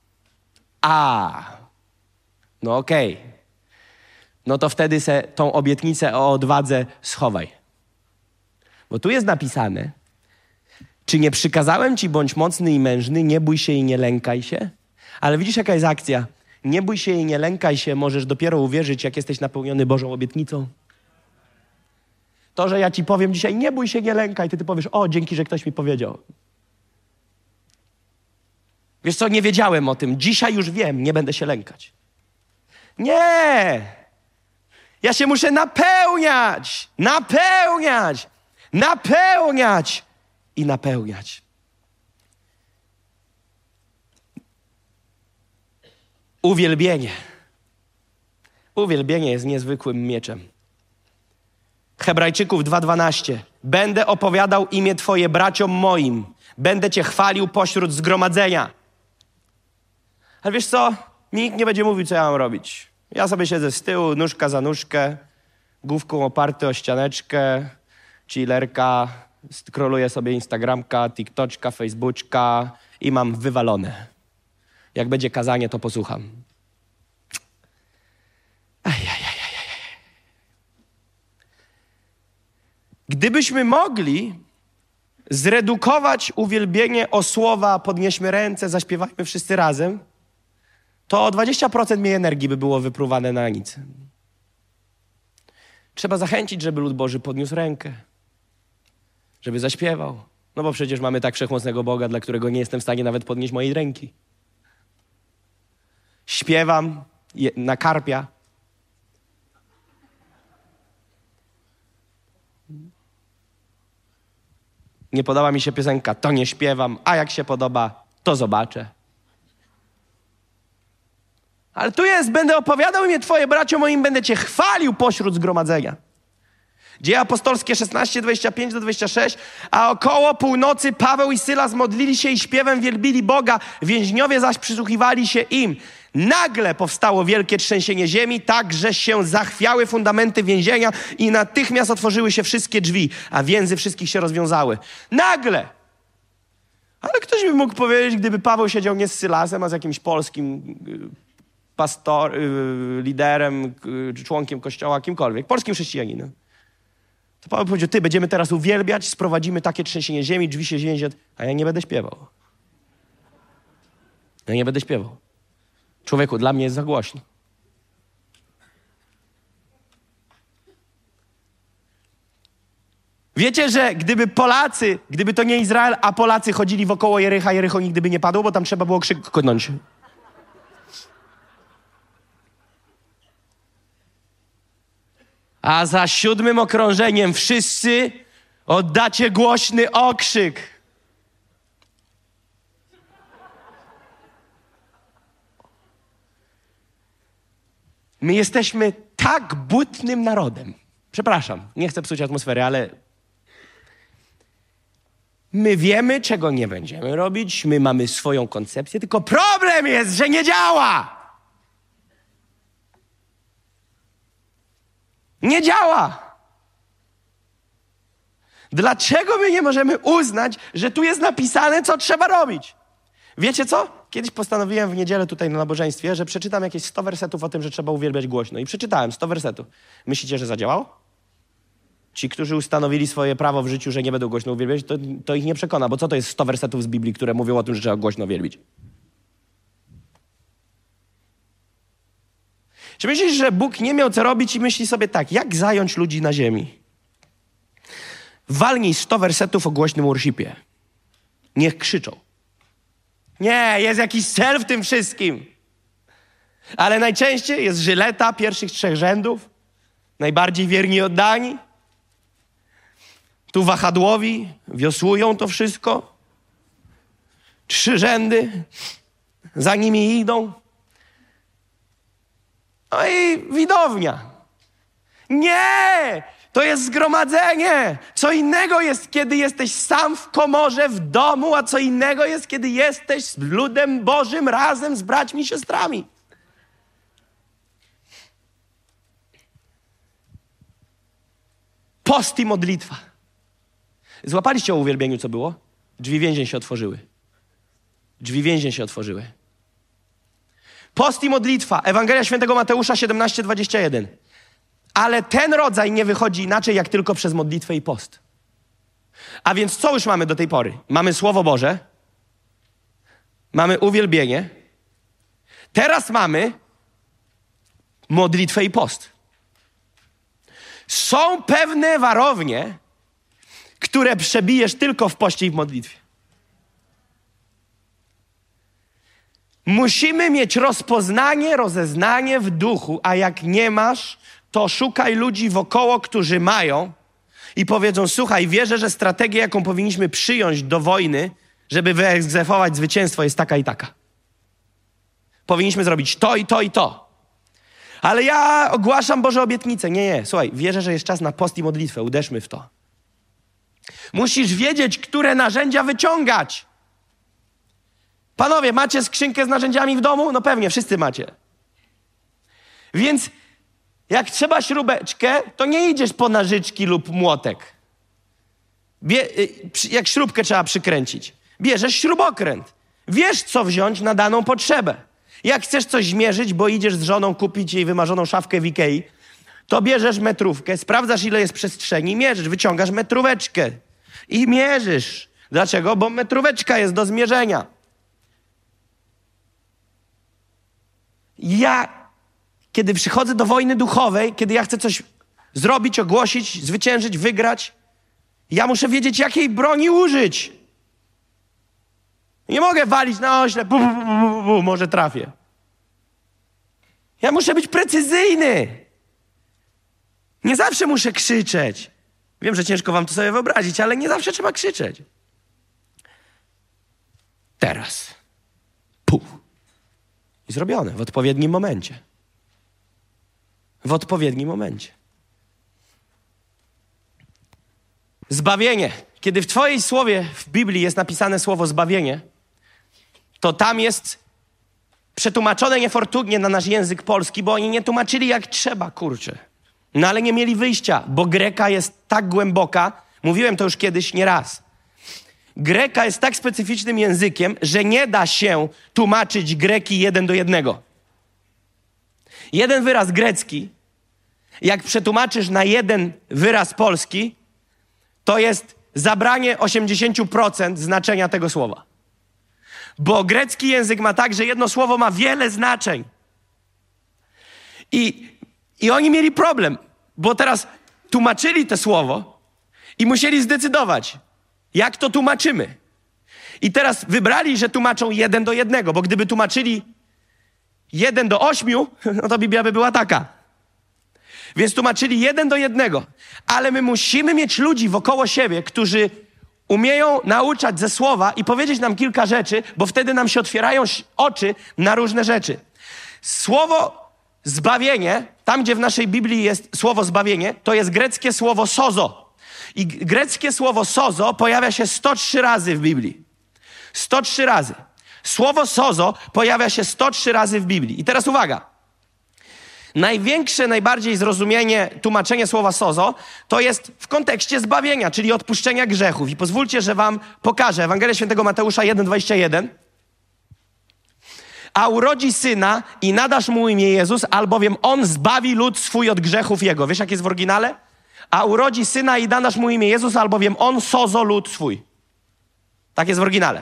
No okej. No to wtedy se tą obietnicę o odwadze schowaj. Bo tu jest napisane: czy nie przykazałem ci, bądź mocny i mężny, nie bój się i nie lękaj się? Ale widzisz, jaka jest akcja? Nie bój się i nie lękaj się, możesz dopiero uwierzyć, jak jesteś napełniony Bożą obietnicą. To, że ja ci powiem dzisiaj, nie bój się, nie lękaj, ty powiesz: o, dzięki, że ktoś mi powiedział. Wiesz co, nie wiedziałem o tym. Dzisiaj już wiem, nie będę się lękać. Nie! Ja się muszę napełniać i napełniać. Uwielbienie. Uwielbienie jest niezwykłym mieczem. Hebrajczyków 2:12. Będę opowiadał imię Twoje braciom moim. Będę Cię chwalił pośród zgromadzenia. Ale wiesz co? Nikt nie będzie mówił, co ja mam robić. Ja sobie siedzę z tyłu, nóżka za nóżkę, główką oparty o ścianeczkę, chillerka, scrolluję sobie Instagramka, TikToczka, Facebooczka i mam wywalone. Jak będzie kazanie, to posłucham. Gdybyśmy mogli zredukować uwielbienie o słowa, podnieśmy ręce, zaśpiewajmy wszyscy razem, to 20% mniej energii by było wypruwane na nic. Trzeba zachęcić, żeby lud Boży podniósł rękę, żeby zaśpiewał. No bo przecież mamy tak wszechmocnego Boga, dla którego nie jestem w stanie nawet podnieść mojej ręki. Śpiewam na karpia. Nie podoba mi się piosenka, to nie śpiewam, a jak się podoba, to zobaczę. Ale tu jest, będę opowiadał imię Twoje bracio moim, będę Cię chwalił pośród zgromadzenia. Dzieje apostolskie 16, 25-26, a około północy Paweł i Sylas modlili się i śpiewem wielbili Boga, więźniowie zaś przysłuchiwali się im. Nagle powstało wielkie trzęsienie ziemi, tak, że się zachwiały fundamenty więzienia i natychmiast otworzyły się wszystkie drzwi, a więzy wszystkich się rozwiązały. Nagle! Ale ktoś by mógł powiedzieć, gdyby Paweł siedział nie z Sylasem, a z jakimś polskim liderem, członkiem kościoła, kimkolwiek, polskim chrześcijaninem. To Paweł powiedział: ty, będziemy teraz uwielbiać, sprowadzimy takie trzęsienie ziemi, drzwi się ziemi, a ja nie będę śpiewał. Ja nie będę śpiewał. Człowieku, dla mnie jest za głośno. Wiecie, że gdyby to nie Izrael, a Polacy chodzili wokoło Jericha, Jericho nigdy by nie padło, bo tam trzeba było krzyknąć. A za 7 okrążeniem wszyscy oddacie głośny okrzyk. My jesteśmy tak butnym narodem. Przepraszam, nie chcę psuć atmosfery, ale my wiemy, czego nie będziemy robić, my mamy swoją koncepcję, tylko problem jest, że nie działa. Nie działa. Dlaczego my nie możemy uznać, że tu jest napisane, co trzeba robić? Wiecie co? Kiedyś postanowiłem w niedzielę tutaj na nabożeństwie, że przeczytam jakieś 100 wersetów o tym, że trzeba uwielbiać głośno. I przeczytałem 100 wersetów. Myślicie, że zadziałało? Ci, którzy ustanowili swoje prawo w życiu, że nie będą głośno uwielbiać, to ich nie przekona. Bo co to jest 100 wersetów z Biblii, które mówią o tym, że trzeba głośno wielbić? Czy myślisz, że Bóg nie miał co robić i myśli sobie tak, jak zająć ludzi na ziemi? Walnij 100 wersetów o głośnym worshipie. Niech krzyczą. Nie, jest jakiś cel w tym wszystkim. Ale najczęściej jest żyleta pierwszych 3 rzędów. Najbardziej wierni oddani. Tu wahadłowi wiosłują to wszystko. 3 rzędy. Za nimi idą. No i widownia. Nie! To jest zgromadzenie. Co innego jest, kiedy jesteś sam w komorze, w domu, a co innego jest, kiedy jesteś z ludem Bożym razem z braćmi i siostrami. Post i modlitwa. Złapaliście o uwielbieniu, co było? Drzwi więzień się otworzyły. Drzwi więzień się otworzyły. Post i modlitwa. Ewangelia Świętego Mateusza 17:21. Ale ten rodzaj nie wychodzi inaczej, jak tylko przez modlitwę i post. A więc co już mamy do tej pory? Mamy Słowo Boże. Mamy uwielbienie. Teraz mamy modlitwę i post. Są pewne warownie, które przebijesz tylko w poście i w modlitwie. Musimy mieć rozpoznanie, rozeznanie w duchu, a jak nie masz, to szukaj ludzi wokoło, którzy mają i powiedzą, słuchaj, wierzę, że strategia, jaką powinniśmy przyjąć do wojny, żeby wyegzekwować zwycięstwo, jest taka i taka. Powinniśmy zrobić to i to i to. Ale ja ogłaszam Boże obietnice. Nie, słuchaj, wierzę, że jest czas na post i modlitwę. Uderzmy w to. Musisz wiedzieć, które narzędzia wyciągać. Panowie, macie skrzynkę z narzędziami w domu? No pewnie, wszyscy macie. Więc jak trzeba śrubeczkę, to nie idziesz po narzyczki lub młotek. Jak śrubkę trzeba przykręcić. Bierzesz śrubokręt. Wiesz, co wziąć na daną potrzebę. Jak chcesz coś zmierzyć, bo idziesz z żoną kupić jej wymarzoną szafkę w Ikei, to bierzesz metrówkę, sprawdzasz, ile jest przestrzeni, mierzysz, wyciągasz metróweczkę i mierzysz. Dlaczego? Bo metróweczka jest do zmierzenia. Kiedy przychodzę do wojny duchowej, kiedy ja chcę coś zrobić, ogłosić, zwyciężyć, wygrać, ja muszę wiedzieć, jakiej broni użyć. Nie mogę walić na ośle, może trafię. Ja muszę być precyzyjny. Nie zawsze muszę krzyczeć. Wiem, że ciężko wam to sobie wyobrazić, ale nie zawsze trzeba krzyczeć. Teraz. I zrobione w odpowiednim momencie. W odpowiednim momencie. Zbawienie. Kiedy w twojej słowie w Biblii jest napisane słowo zbawienie, to tam jest przetłumaczone niefortunnie na nasz język polski, bo oni nie tłumaczyli jak trzeba, kurczę. No ale nie mieli wyjścia, bo greka jest tak głęboka, mówiłem to już kiedyś nieraz. Greka jest tak specyficznym językiem, że nie da się tłumaczyć greki 1:1. Jeden wyraz grecki, jak przetłumaczysz na jeden wyraz polski, to jest zabranie 80% znaczenia tego słowa. Bo grecki język ma tak, że jedno słowo ma wiele znaczeń. I oni mieli problem, bo teraz tłumaczyli to słowo i musieli zdecydować, jak to tłumaczymy. I teraz wybrali, że tłumaczą 1:1, bo gdyby tłumaczyli 1:8, no to Biblia by była taka. Więc tłumaczyli 1:1. Ale my musimy mieć ludzi wokoło siebie, którzy umieją nauczać ze słowa i powiedzieć nam kilka rzeczy, bo wtedy nam się otwierają oczy na różne rzeczy. Słowo zbawienie, tam gdzie w naszej Biblii jest słowo zbawienie, to jest greckie słowo sozo. I greckie słowo sozo pojawia się 103 razy w Biblii. 103 razy. Słowo sozo pojawia się 103 razy w Biblii. I teraz uwaga. Największe, najbardziej zrozumienie, tłumaczenie słowa sozo to jest w kontekście zbawienia, czyli odpuszczenia grzechów. I pozwólcie, że wam pokażę. Ewangelia Świętego Mateusza 1,21. A urodzi syna i nadasz mu imię Jezus, albowiem on zbawi lud swój od grzechów jego. Wiesz, jak jest w oryginale? A urodzi syna i nadasz mu imię Jezus, albowiem on sozo lud swój. Tak jest w oryginale.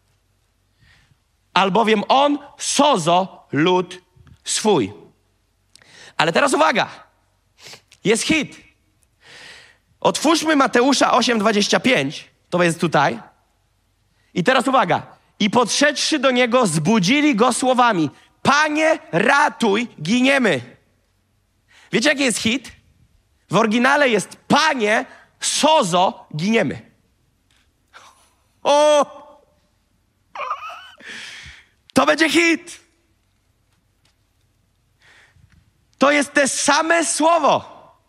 Albowiem on sozo lud swój. Ale teraz uwaga. Jest hit. Otwórzmy Mateusza 8,25. To jest tutaj. I teraz uwaga. I podszedłszy do niego, zbudzili go słowami: Panie, ratuj, giniemy. Wiecie, jaki jest hit? W oryginale jest: Panie, sozo, giniemy. O! To będzie hit. To jest te same słowo.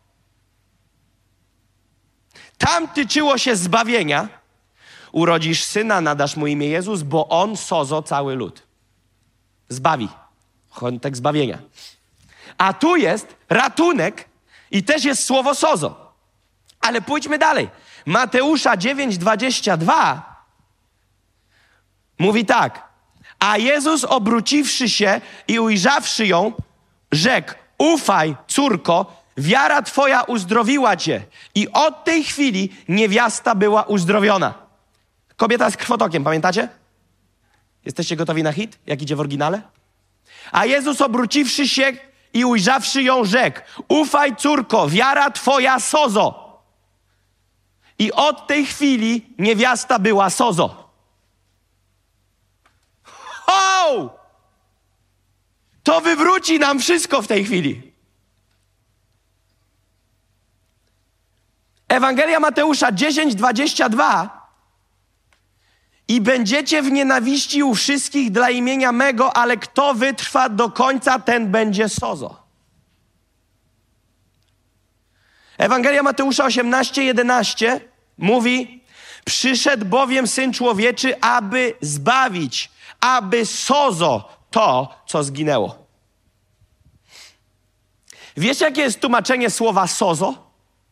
Tam tyczyło się zbawienia. Urodzisz syna, nadasz mu imię Jezus, bo on sozo cały lud. Zbawi. Kontekst zbawienia. A tu jest ratunek i też jest słowo sozo. Ale pójdźmy dalej. Mateusza 9,22 mówi tak. A Jezus, obróciwszy się i ujrzawszy ją, rzekł: Ufaj, córko, wiara twoja uzdrowiła cię. I od tej chwili niewiasta była uzdrowiona. Kobieta z krwotokiem, pamiętacie? Jesteście gotowi na hit? Jak idzie w oryginale? A Jezus, obróciwszy się i ujrzawszy ją, rzekł: Ufaj, córko, wiara twoja sozo. I od tej chwili niewiasta była sozo. Ho! To wywróci nam wszystko w tej chwili. Ewangelia Mateusza 10,22. I będziecie w nienawiści u wszystkich dla imienia mego, ale kto wytrwa do końca, ten będzie sozo. Ewangelia Mateusza 18,11 mówi: Przyszedł bowiem Syn Człowieczy, aby zbawić, aby sozo to, co zginęło. Wiecie, jakie jest tłumaczenie słowa sozo?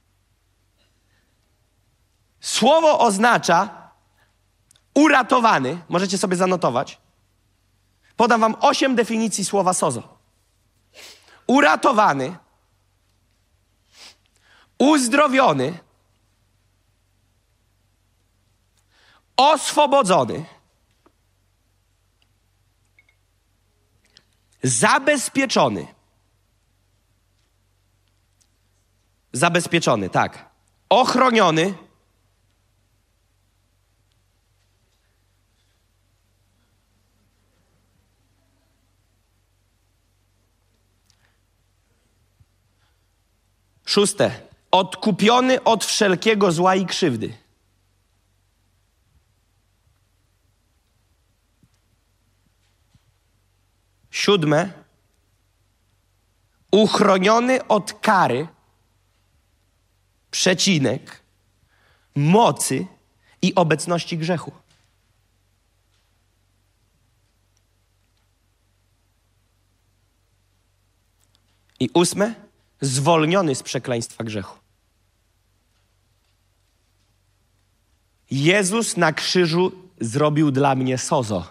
Słowo oznacza uratowany. Możecie sobie zanotować. Podam wam 8 definicji słowa sozo. Uratowany, uzdrowiony, oswobodzony, zabezpieczony. Zabezpieczony, tak. Ochroniony. Szóste. Odkupiony od wszelkiego zła i krzywdy. Siódme. Uchroniony od kary, przecinek, mocy i obecności grzechu. I ósme. Zwolniony z przekleństwa grzechu. Jezus na krzyżu zrobił dla mnie sozo.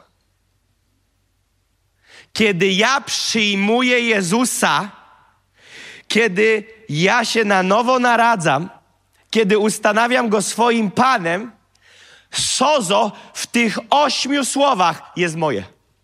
Kiedy ja przyjmuję Jezusa, kiedy ja się na nowo naradzam, kiedy ustanawiam Go swoim Panem, sozo w tych 8 słowach jest moje.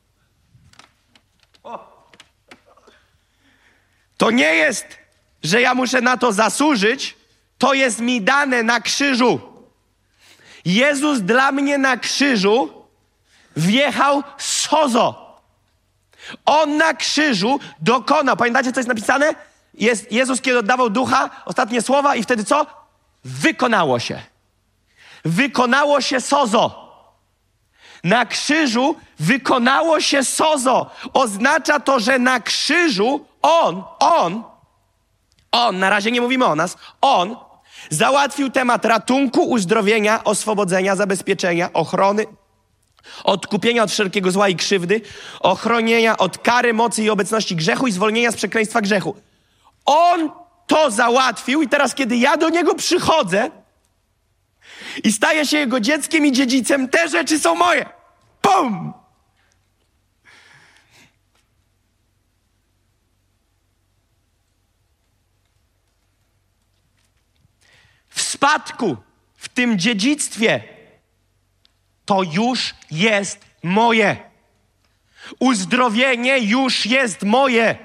To nie jest, że ja muszę na to zasłużyć, to jest mi dane na krzyżu. Jezus dla mnie na krzyżu wjechał sozo. On na krzyżu dokonał. Pamiętacie, co jest napisane? Jest Jezus, kiedy oddawał ducha, ostatnie słowa i wtedy co? Wykonało się. Wykonało się sozo. Na krzyżu wykonało się sozo. Oznacza to, że na krzyżu on, na razie nie mówimy o nas, on załatwił temat ratunku, uzdrowienia, oswobodzenia, zabezpieczenia, ochrony, odkupienia od wszelkiego zła i krzywdy, ochronienia od kary, mocy i obecności grzechu i zwolnienia z przekleństwa grzechu. On to załatwił i teraz, kiedy ja do niego przychodzę i staję się jego dzieckiem i dziedzicem, te rzeczy są moje. Pum! W spadku, w tym dziedzictwie, to już jest moje. Uzdrowienie już jest moje.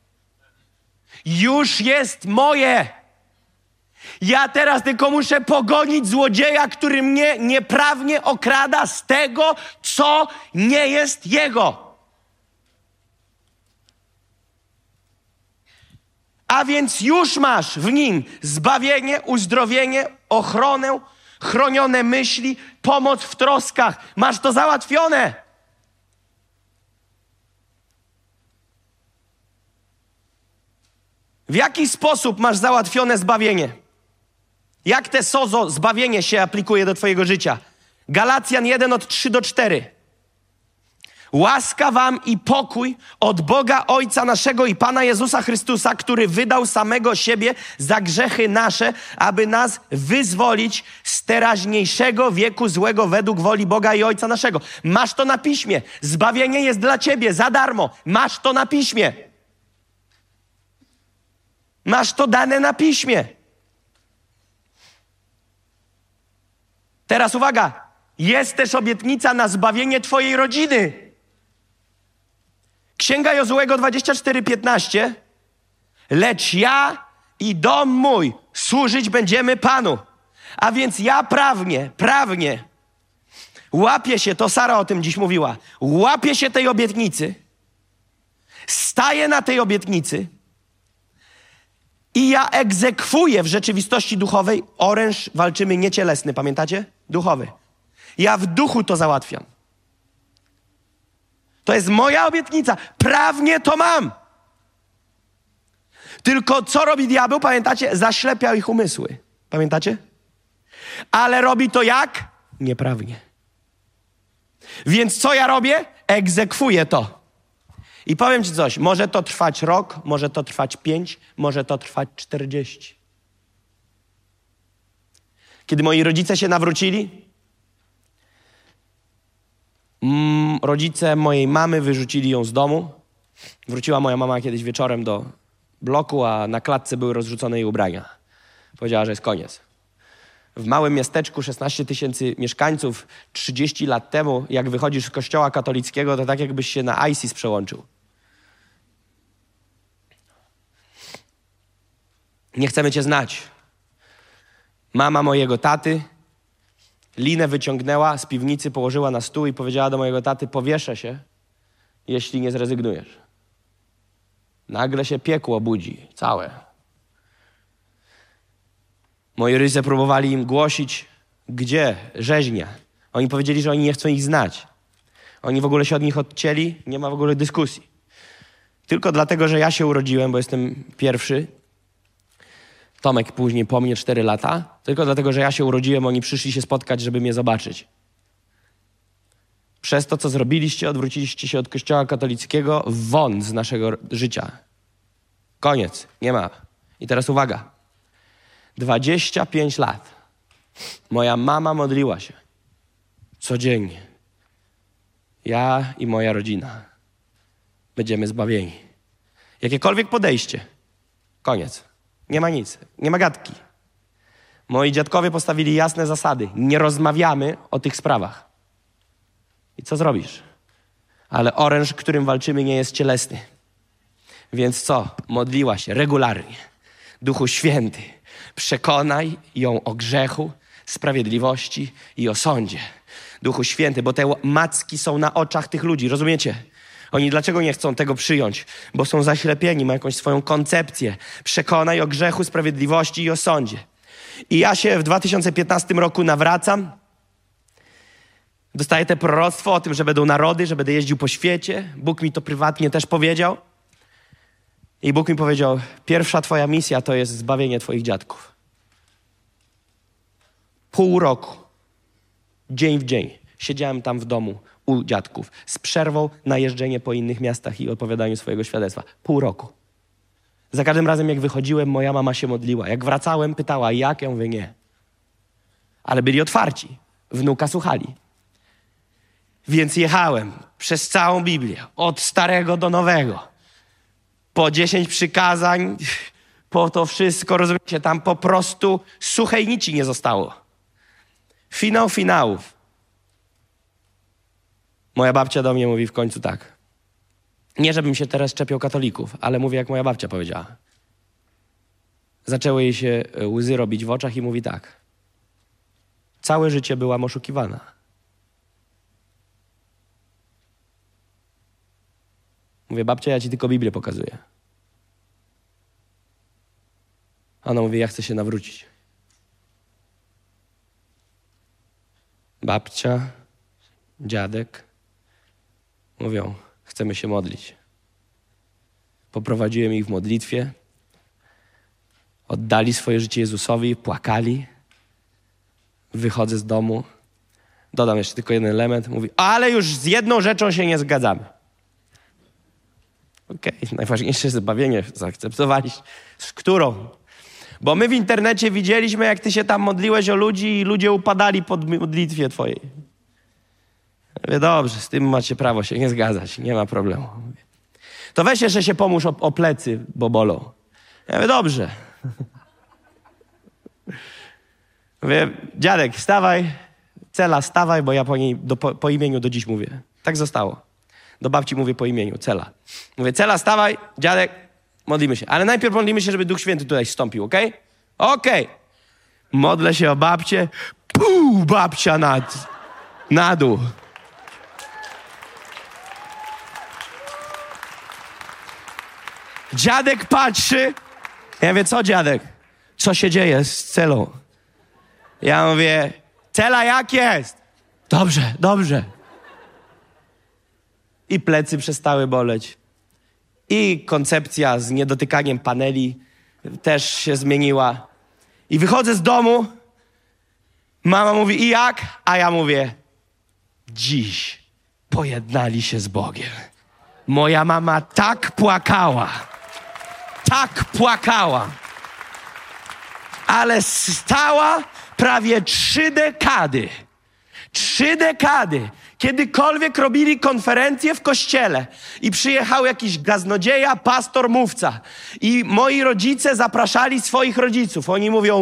Już jest moje. Ja teraz tylko muszę pogonić złodzieja, który mnie nieprawnie okrada z tego, co nie jest jego. A więc już masz w nim zbawienie, uzdrowienie, ochronę, chronione myśli, pomoc w troskach. Masz to załatwione. W jaki sposób masz załatwione zbawienie? Jak te sozo, zbawienie się aplikuje do twojego życia? Galacjan 1 od 3 do 4. Łaska wam i pokój od Boga Ojca naszego i Pana Jezusa Chrystusa, który wydał samego siebie za grzechy nasze, aby nas wyzwolić z teraźniejszego wieku złego według woli Boga i Ojca naszego. Masz to na piśmie. Zbawienie jest dla ciebie za darmo. Masz to na piśmie. Masz to dane na piśmie. Teraz uwaga. Jest też obietnica na zbawienie twojej rodziny. Księga Jozułego 24:15. Lecz ja i dom mój służyć będziemy Panu. A więc ja prawnie łapię się, to Sara o tym dziś mówiła, łapię się tej obietnicy, staję na tej obietnicy i ja egzekwuję w rzeczywistości duchowej oręż, walczymy nie cielesny, pamiętacie? Duchowy. Ja w duchu to załatwiam. To jest moja obietnica. Prawnie to mam. Tylko co robi diabeł? Pamiętacie? Zaślepia ich umysły. Pamiętacie? Ale robi to jak? Nieprawnie. Więc co ja robię? Egzekwuję to. I powiem ci coś. Może to trwać rok, może to trwać 5, może to trwać 40. Kiedy moi rodzice się nawrócili, rodzice mojej mamy wyrzucili ją z domu. Wróciła moja mama kiedyś wieczorem do bloku, a na klatce były rozrzucone jej ubrania. Powiedziała, że jest koniec. W małym miasteczku 16 000 mieszkańców 30 lat temu, jak wychodzisz z kościoła katolickiego, to tak jakbyś się na ISIS przełączył. Nie chcemy cię znać. Mama mojego taty linę wyciągnęła z piwnicy, położyła na stół i powiedziała do mojego taty: powieszę się, jeśli nie zrezygnujesz. Nagle się piekło budzi, całe. Moi rodzice próbowali im głosić, gdzie rzeźnia. Oni powiedzieli, że oni nie chcą ich znać. Oni w ogóle się od nich odcięli, nie ma w ogóle dyskusji. Tylko dlatego, że ja się urodziłem, bo jestem pierwszy, Tomek później po mnie 4 lata, tylko dlatego, że ja się urodziłem, oni przyszli się spotkać, żeby mnie zobaczyć. Przez to, co zrobiliście, odwróciliście się od kościoła katolickiego won z naszego życia. Koniec, nie ma. I teraz uwaga. 25 lat. Moja mama modliła się. Codziennie. Ja i moja rodzina. Będziemy zbawieni. Jakiekolwiek podejście. Koniec. Nie ma nic. Nie ma gadki. Moi dziadkowie postawili jasne zasady. Nie rozmawiamy o tych sprawach. I co zrobisz? Ale oręż, którym walczymy, nie jest cielesny. Więc co? Modliła się regularnie. Duchu Święty, przekonaj ją o grzechu, sprawiedliwości i o sądzie. Duchu Święty, bo te macki są na oczach tych ludzi, rozumiecie? Oni dlaczego nie chcą tego przyjąć? Bo są zaślepieni, mają jakąś swoją koncepcję. Przekonaj o grzechu, sprawiedliwości i o sądzie. I ja się w 2015 roku nawracam. Dostaję te proroctwo o tym, że będą narody, że będę jeździł po świecie. Bóg mi to prywatnie też powiedział. I Bóg mi powiedział, pierwsza twoja misja to jest zbawienie twoich dziadków. Pół roku, dzień w dzień, siedziałem tam w domu u dziadków z przerwą na jeżdżenie po innych miastach i opowiadaniu swojego świadectwa. Pół roku. Za każdym razem, jak wychodziłem, moja mama się modliła. Jak wracałem, pytała, jak? Ja mówię, nie. Ale byli otwarci. Wnuka słuchali. Więc jechałem przez całą Biblię, od Starego do Nowego. Po 10 przykazań, po to wszystko, rozumiecie, tam po prostu suchej nici nie zostało. Finał finałów. Moja babcia do mnie mówi w końcu tak. Nie, żebym się teraz czepiał katolików, ale mówię, jak moja babcia powiedziała. Zaczęły jej się łzy robić w oczach i mówi tak. Całe życie byłam oszukiwana. Mówię, babcia, ja ci tylko Biblię pokazuję. Ona mówi, ja chcę się nawrócić. Babcia, dziadek mówią, chcemy się modlić. Poprowadziłem ich w modlitwie. Oddali swoje życie Jezusowi, płakali. Wychodzę z domu. Dodam jeszcze tylko jeden element. Mówi, ale już z jedną rzeczą się nie zgadzamy. Okej, najważniejsze jest zbawienie. Zaakceptowaliście. Z którą? Bo my w internecie widzieliśmy, jak ty się tam modliłeś o ludzi i ludzie upadali pod modlitwie twojej. Ja mówię, dobrze, z tym macie prawo się nie zgadzać. Nie ma problemu. To weź jeszcze się pomóż o plecy, bo bolą. Ja mówię, dobrze. Mówię, dziadek, wstawaj, Cela, stawaj, bo ja po imieniu do dziś mówię. Tak zostało. Do babci mówię po imieniu, Cela. Mówię, Cela, stawaj, dziadek, modlimy się. Ale najpierw modlimy się, żeby Duch Święty tutaj zstąpił, okej? Okej. Modlę się o babcię. Babcia na dół. Dziadek patrzy. Ja mówię, co dziadek? Co się dzieje z Celą? Ja mówię, Cela jak jest? Dobrze, dobrze. I plecy przestały boleć. I koncepcja z niedotykaniem paneli też się zmieniła. I wychodzę z domu. Mama mówi, i jak? A ja mówię, dziś pojednali się z Bogiem. Moja mama tak płakała. Tak płakała. Ale stała prawie 3 dekady. 3 dekady. Kiedykolwiek robili konferencję w kościele i przyjechał jakiś kaznodzieja, pastor, mówca i moi rodzice zapraszali swoich rodziców. Oni mówią,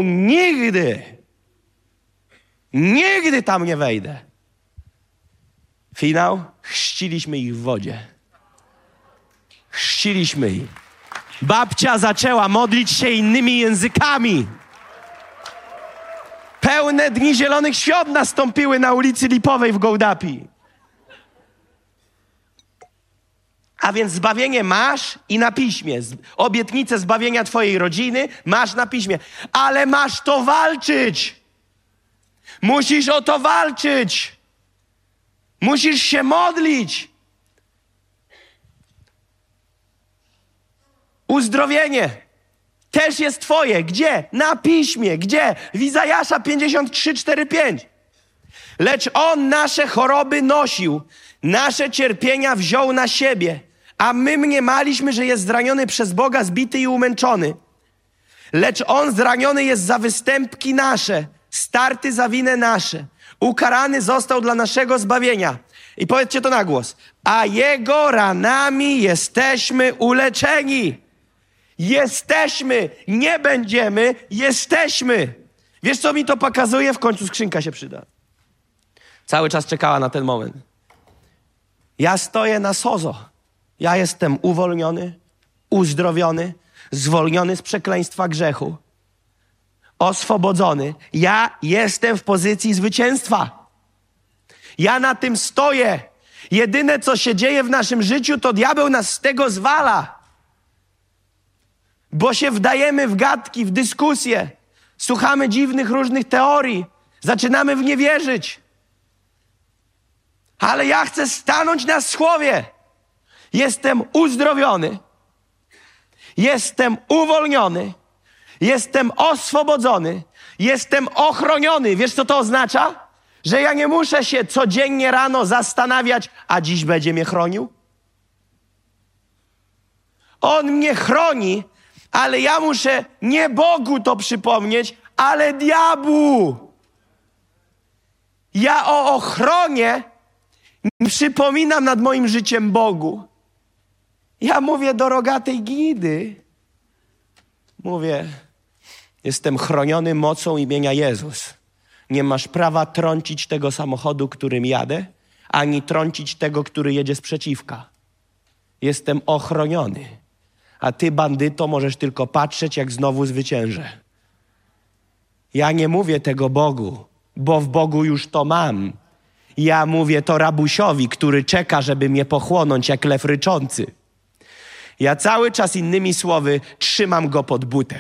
nigdy tam nie wejdę. Finał, chrzciliśmy ich w wodzie. Chrzciliśmy ich. Babcia zaczęła modlić się innymi językami. Pełne dni Zielonych Świąt nastąpiły na ulicy Lipowej w Gołdapi. A więc zbawienie masz i na piśmie. Obietnicę zbawienia twojej rodziny masz na piśmie. Ale masz to walczyć. Musisz o to walczyć. Musisz się modlić. Uzdrowienie też jest twoje. Gdzie? Na piśmie. Gdzie? W Izajasza 53:4-5. Lecz On nasze choroby nosił, nasze cierpienia wziął na siebie, a my mniemaliśmy, że jest zraniony przez Boga, zbity i umęczony. Lecz On zraniony jest za występki nasze, starty za winę nasze. Ukarany został dla naszego zbawienia. I powiedzcie to na głos. A Jego ranami jesteśmy uleczeni. Jesteśmy, nie będziemy, jesteśmy. Wiesz, co mi to pokazuje? W końcu skrzynka się przyda. Cały czas czekała na ten moment. Ja stoję na sozo. Ja jestem uwolniony, uzdrowiony, zwolniony z przekleństwa grzechu, oswobodzony. Ja jestem w pozycji zwycięstwa. Ja na tym stoję. Jedyne, co się dzieje w naszym życiu, to diabeł nas z tego zwala. Bo się wdajemy w gadki, w dyskusje. Słuchamy dziwnych, różnych teorii. Zaczynamy w nie wierzyć. Ale ja chcę stanąć na słowie. Jestem uzdrowiony. Jestem uwolniony, jestem oswobodzony, jestem ochroniony. Wiesz, co to oznacza? Że ja nie muszę się codziennie rano zastanawiać, a dziś będzie mnie chronił? On mnie chroni, ale ja muszę nie Bogu to przypomnieć, ale diabłu. Ja o ochronie nie przypominam nad moim życiem Bogu. Ja mówię do rogatej Gidy. Mówię, jestem chroniony mocą imienia Jezus. Nie masz prawa trącić tego samochodu, którym jadę, ani trącić tego, który jedzie sprzeciwka. Jestem ochroniony. A ty, bandyto, możesz tylko patrzeć, jak znowu zwyciężę. Ja nie mówię tego Bogu, bo w Bogu już to mam. Ja mówię to rabusiowi, który czeka, żeby mnie pochłonąć jak lew ryczący. Ja cały czas, innymi słowy, trzymam go pod butem.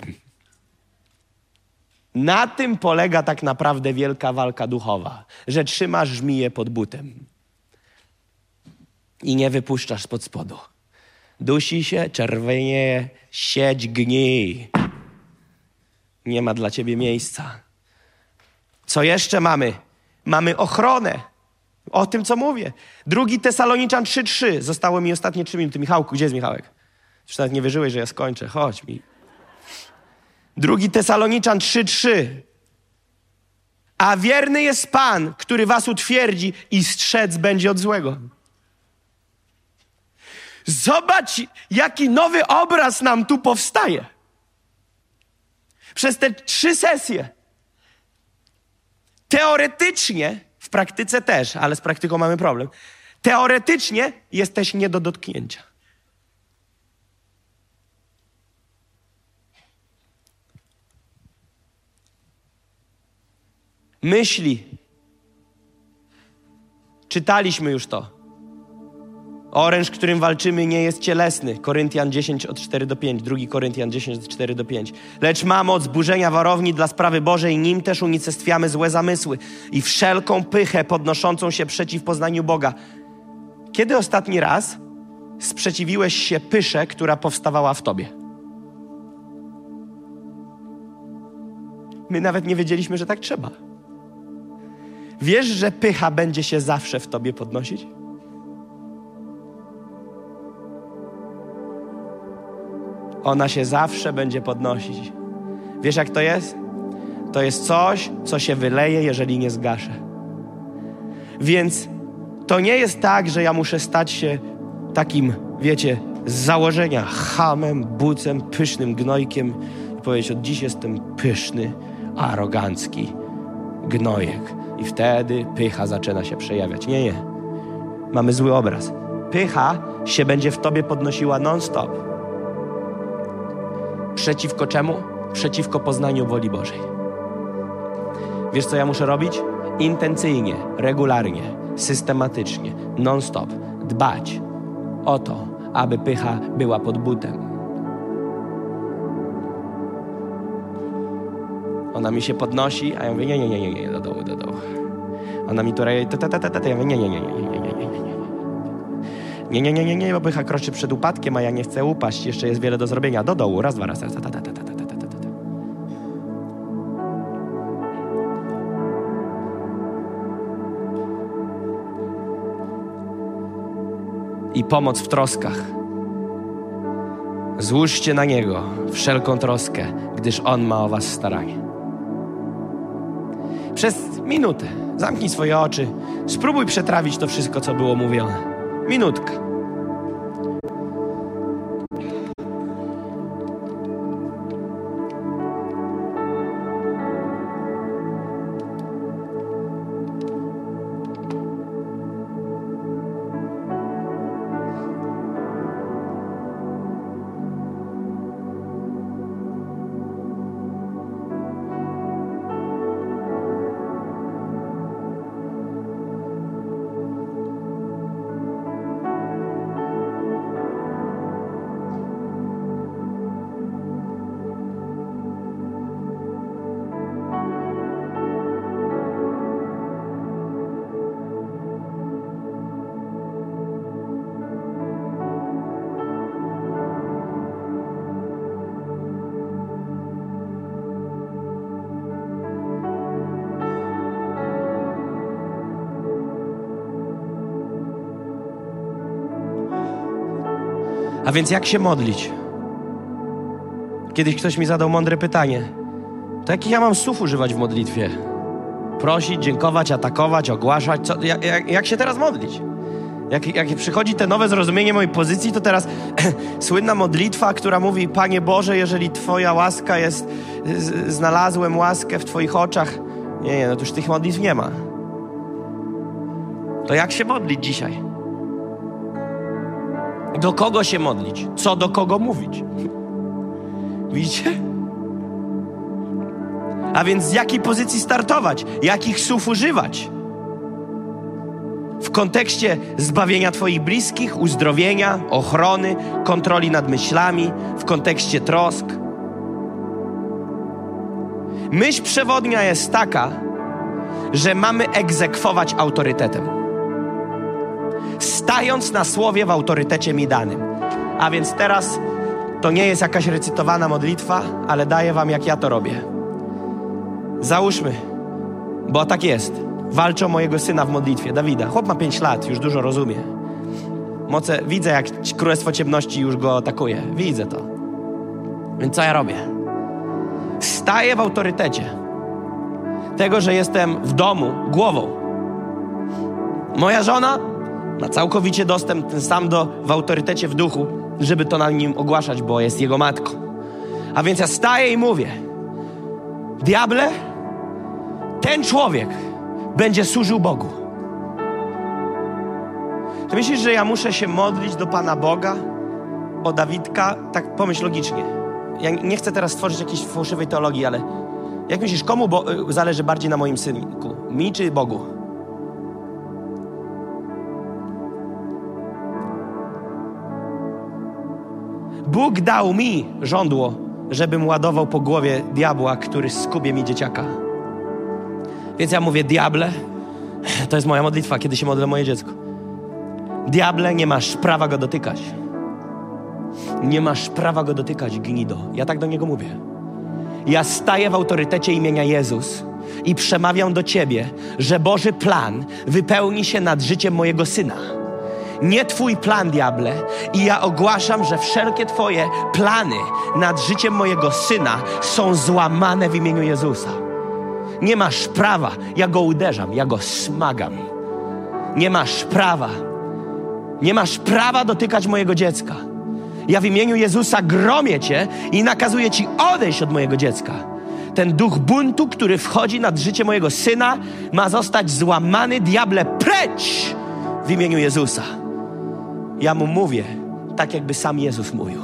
Na tym polega tak naprawdę wielka walka duchowa, że trzymasz żmiję pod butem i nie wypuszczasz spod spodu. Dusi się, czerwienie, siedź, gnij. Nie ma dla ciebie miejsca. Co jeszcze mamy? Mamy ochronę. O tym, co mówię. 2 Tesaloniczan 3:3. Zostało mi ostatnie 3 minuty. Michałku, gdzie jest Michałek? Już nawet nie wierzyłeś, że ja skończę. Chodź mi. 2 Tesaloniczan 3:3. A wierny jest Pan, który was utwierdzi i strzec będzie od złego. Zobacz, jaki nowy obraz nam tu powstaje. Przez te 3 sesje. Teoretycznie, w praktyce też, ale z praktyką mamy problem. Teoretycznie jesteś nie do dotknięcia. Myśli. Czytaliśmy już to. Oręż, którym walczymy, nie jest cielesny. Koryntian 10 od 4 do 5. 2 Koryntian 10 od 4 do 5. Lecz ma moc burzenia warowni dla sprawy Bożej. Nim też unicestwiamy złe zamysły i wszelką pychę podnoszącą się przeciw poznaniu Boga. Kiedy ostatni raz sprzeciwiłeś się pysze, która powstawała w tobie? My nawet nie wiedzieliśmy, że tak trzeba. Wiesz, że pycha będzie się zawsze w tobie podnosić? Ona się zawsze będzie podnosić. Wiesz, jak to jest? To jest coś, co się wyleje, jeżeli nie zgaszę. Więc to nie jest tak, że ja muszę stać się takim, wiecie, z założenia chamem, bucem, pysznym gnojkiem i powiedzieć, od dziś jestem pyszny, arogancki gnojek. I wtedy pycha zaczyna się przejawiać. Nie. Mamy zły obraz. Pycha się będzie w tobie podnosiła non-stop. Przeciwko czemu? Przeciwko poznaniu woli Bożej. Wiesz, co ja muszę robić? Intencyjnie, regularnie, systematycznie, non-stop dbać o to, aby pycha była pod butem. Ona mi się podnosi, a ja mówię, nie, do dołu. Ona mi tu raje, ja mówię, nie, bo pycha kroczy przed upadkiem, a ja nie chcę upaść, jeszcze jest wiele do zrobienia. Do dołu, raz, 2 razy. I pomoc w troskach. Złóżcie na Niego wszelką troskę, gdyż On ma o was staranie. Przez minutę zamknij swoje oczy, spróbuj przetrawić to wszystko, co było mówione. Minutka. A więc jak się modlić? Kiedyś ktoś mi zadał mądre pytanie. To jakich ja mam słów używać w modlitwie? Prosić, dziękować, atakować, ogłaszać? Jak się teraz modlić? Jak przychodzi te nowe zrozumienie mojej pozycji, to teraz słynna modlitwa, która mówi: Panie Boże, jeżeli Twoja łaska jest, znalazłem łaskę w Twoich oczach. Nie, no to już tych modlitw nie ma. To jak się modlić dzisiaj? Do kogo się modlić? Co do kogo mówić? Widzicie? A więc z jakiej pozycji startować? Jakich słów używać? W kontekście zbawienia Twoich bliskich, uzdrowienia, ochrony, kontroli nad myślami, w kontekście trosk. Myśl przewodnia jest taka, że mamy egzekwować autorytetem. Stając na słowie w autorytecie mi danym. A więc teraz to nie jest jakaś recytowana modlitwa, ale daję wam, jak ja to robię. Załóżmy, bo tak jest. Walczę o mojego syna w modlitwie, Dawida. Chłop ma 5 lat, już dużo rozumie. Widzę, jak królestwo ciemności już go atakuje. Widzę to. Więc co ja robię? Staję w autorytecie tego, że jestem w domu głową. Moja żona ma całkowicie dostęp ten sam w autorytecie w duchu, żeby to na nim ogłaszać, bo jest jego matką. A więc ja staję i mówię: diable, ten człowiek będzie służył Bogu. Ty myślisz, że ja muszę się modlić do Pana Boga o Dawidka? Tak pomyśl logicznie. Ja nie chcę teraz stworzyć jakiejś fałszywej teologii, ale jak myślisz, komu zależy bardziej na moim synku? Mi czy Bogu? Bóg dał mi żądło, żebym ładował po głowie diabła, który skubie mi dzieciaka. Więc ja mówię: diable, to jest moja modlitwa, kiedy się modlę moje dziecko. Diable, nie masz prawa go dotykać. Nie masz prawa go dotykać, gnido. Ja tak do niego mówię. Ja staję w autorytecie imienia Jezus i przemawiam do Ciebie, że Boży plan wypełni się nad życiem mojego syna. Nie Twój plan, diable. I ja ogłaszam, że wszelkie Twoje plany nad życiem mojego syna są złamane w imieniu Jezusa. Nie masz prawa. Ja go uderzam, ja go smagam. Nie masz prawa. Nie masz prawa dotykać mojego dziecka. Ja w imieniu Jezusa gromię Cię i nakazuję Ci odejść od mojego dziecka. Ten duch buntu, który wchodzi nad życie mojego syna, ma zostać złamany. Diable, precz! W imieniu Jezusa. Ja mu mówię, tak jakby sam Jezus mówił.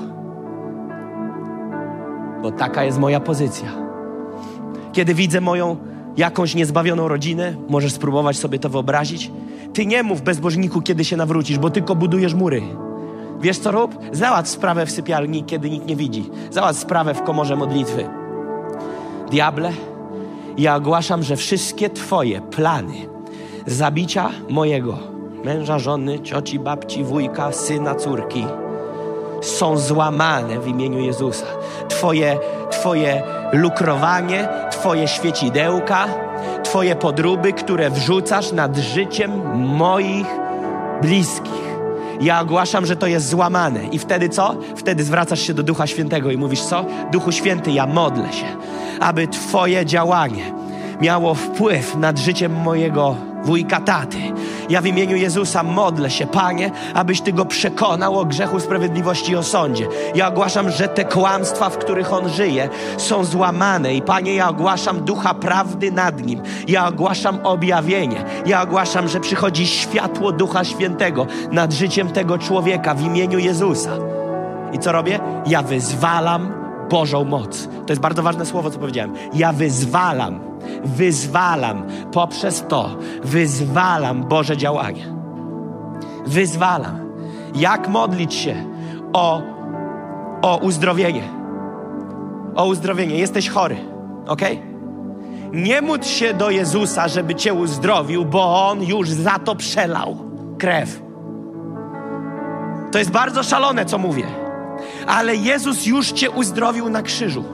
Bo taka jest moja pozycja. Kiedy widzę moją jakąś niezbawioną rodzinę, możesz spróbować sobie to wyobrazić. Ty nie mów, bezbożniku, kiedy się nawrócisz, bo tylko budujesz mury. Wiesz co rób? Załatw sprawę w sypialni, kiedy nikt nie widzi. Załatw sprawę w komorze modlitwy. Diable, ja ogłaszam, że wszystkie Twoje plany zabicia mojego męża, żony, cioci, babci, wujka, syna, córki są złamane w imieniu Jezusa. Twoje lukrowanie, Twoje świecidełka, Twoje podróby, które wrzucasz nad życiem moich bliskich. Ja ogłaszam, że to jest złamane. I wtedy co? Wtedy zwracasz się do Ducha Świętego i mówisz co? Duchu Święty, ja modlę się, aby Twoje działanie miało wpływ nad życiem mojego wujka, taty. Ja w imieniu Jezusa modlę się, Panie, abyś Ty go przekonał o grzechu, sprawiedliwości i o sądzie. Ja ogłaszam, że te kłamstwa, w których on żyje, są złamane. I Panie, ja ogłaszam ducha prawdy nad nim. Ja ogłaszam objawienie. Ja ogłaszam, że przychodzi światło Ducha Świętego nad życiem tego człowieka w imieniu Jezusa. I co robię? Ja wyzwalam Bożą moc. To jest bardzo ważne słowo, co powiedziałem. Ja wyzwalam poprzez to, wyzwalam Boże działanie. Wyzwalam. Jak modlić się o uzdrowienie? O uzdrowienie. Jesteś chory, okej? Nie módl się do Jezusa, żeby Cię uzdrowił, bo On już za to przelał krew. To jest bardzo szalone, co mówię. Ale Jezus już Cię uzdrowił na krzyżu.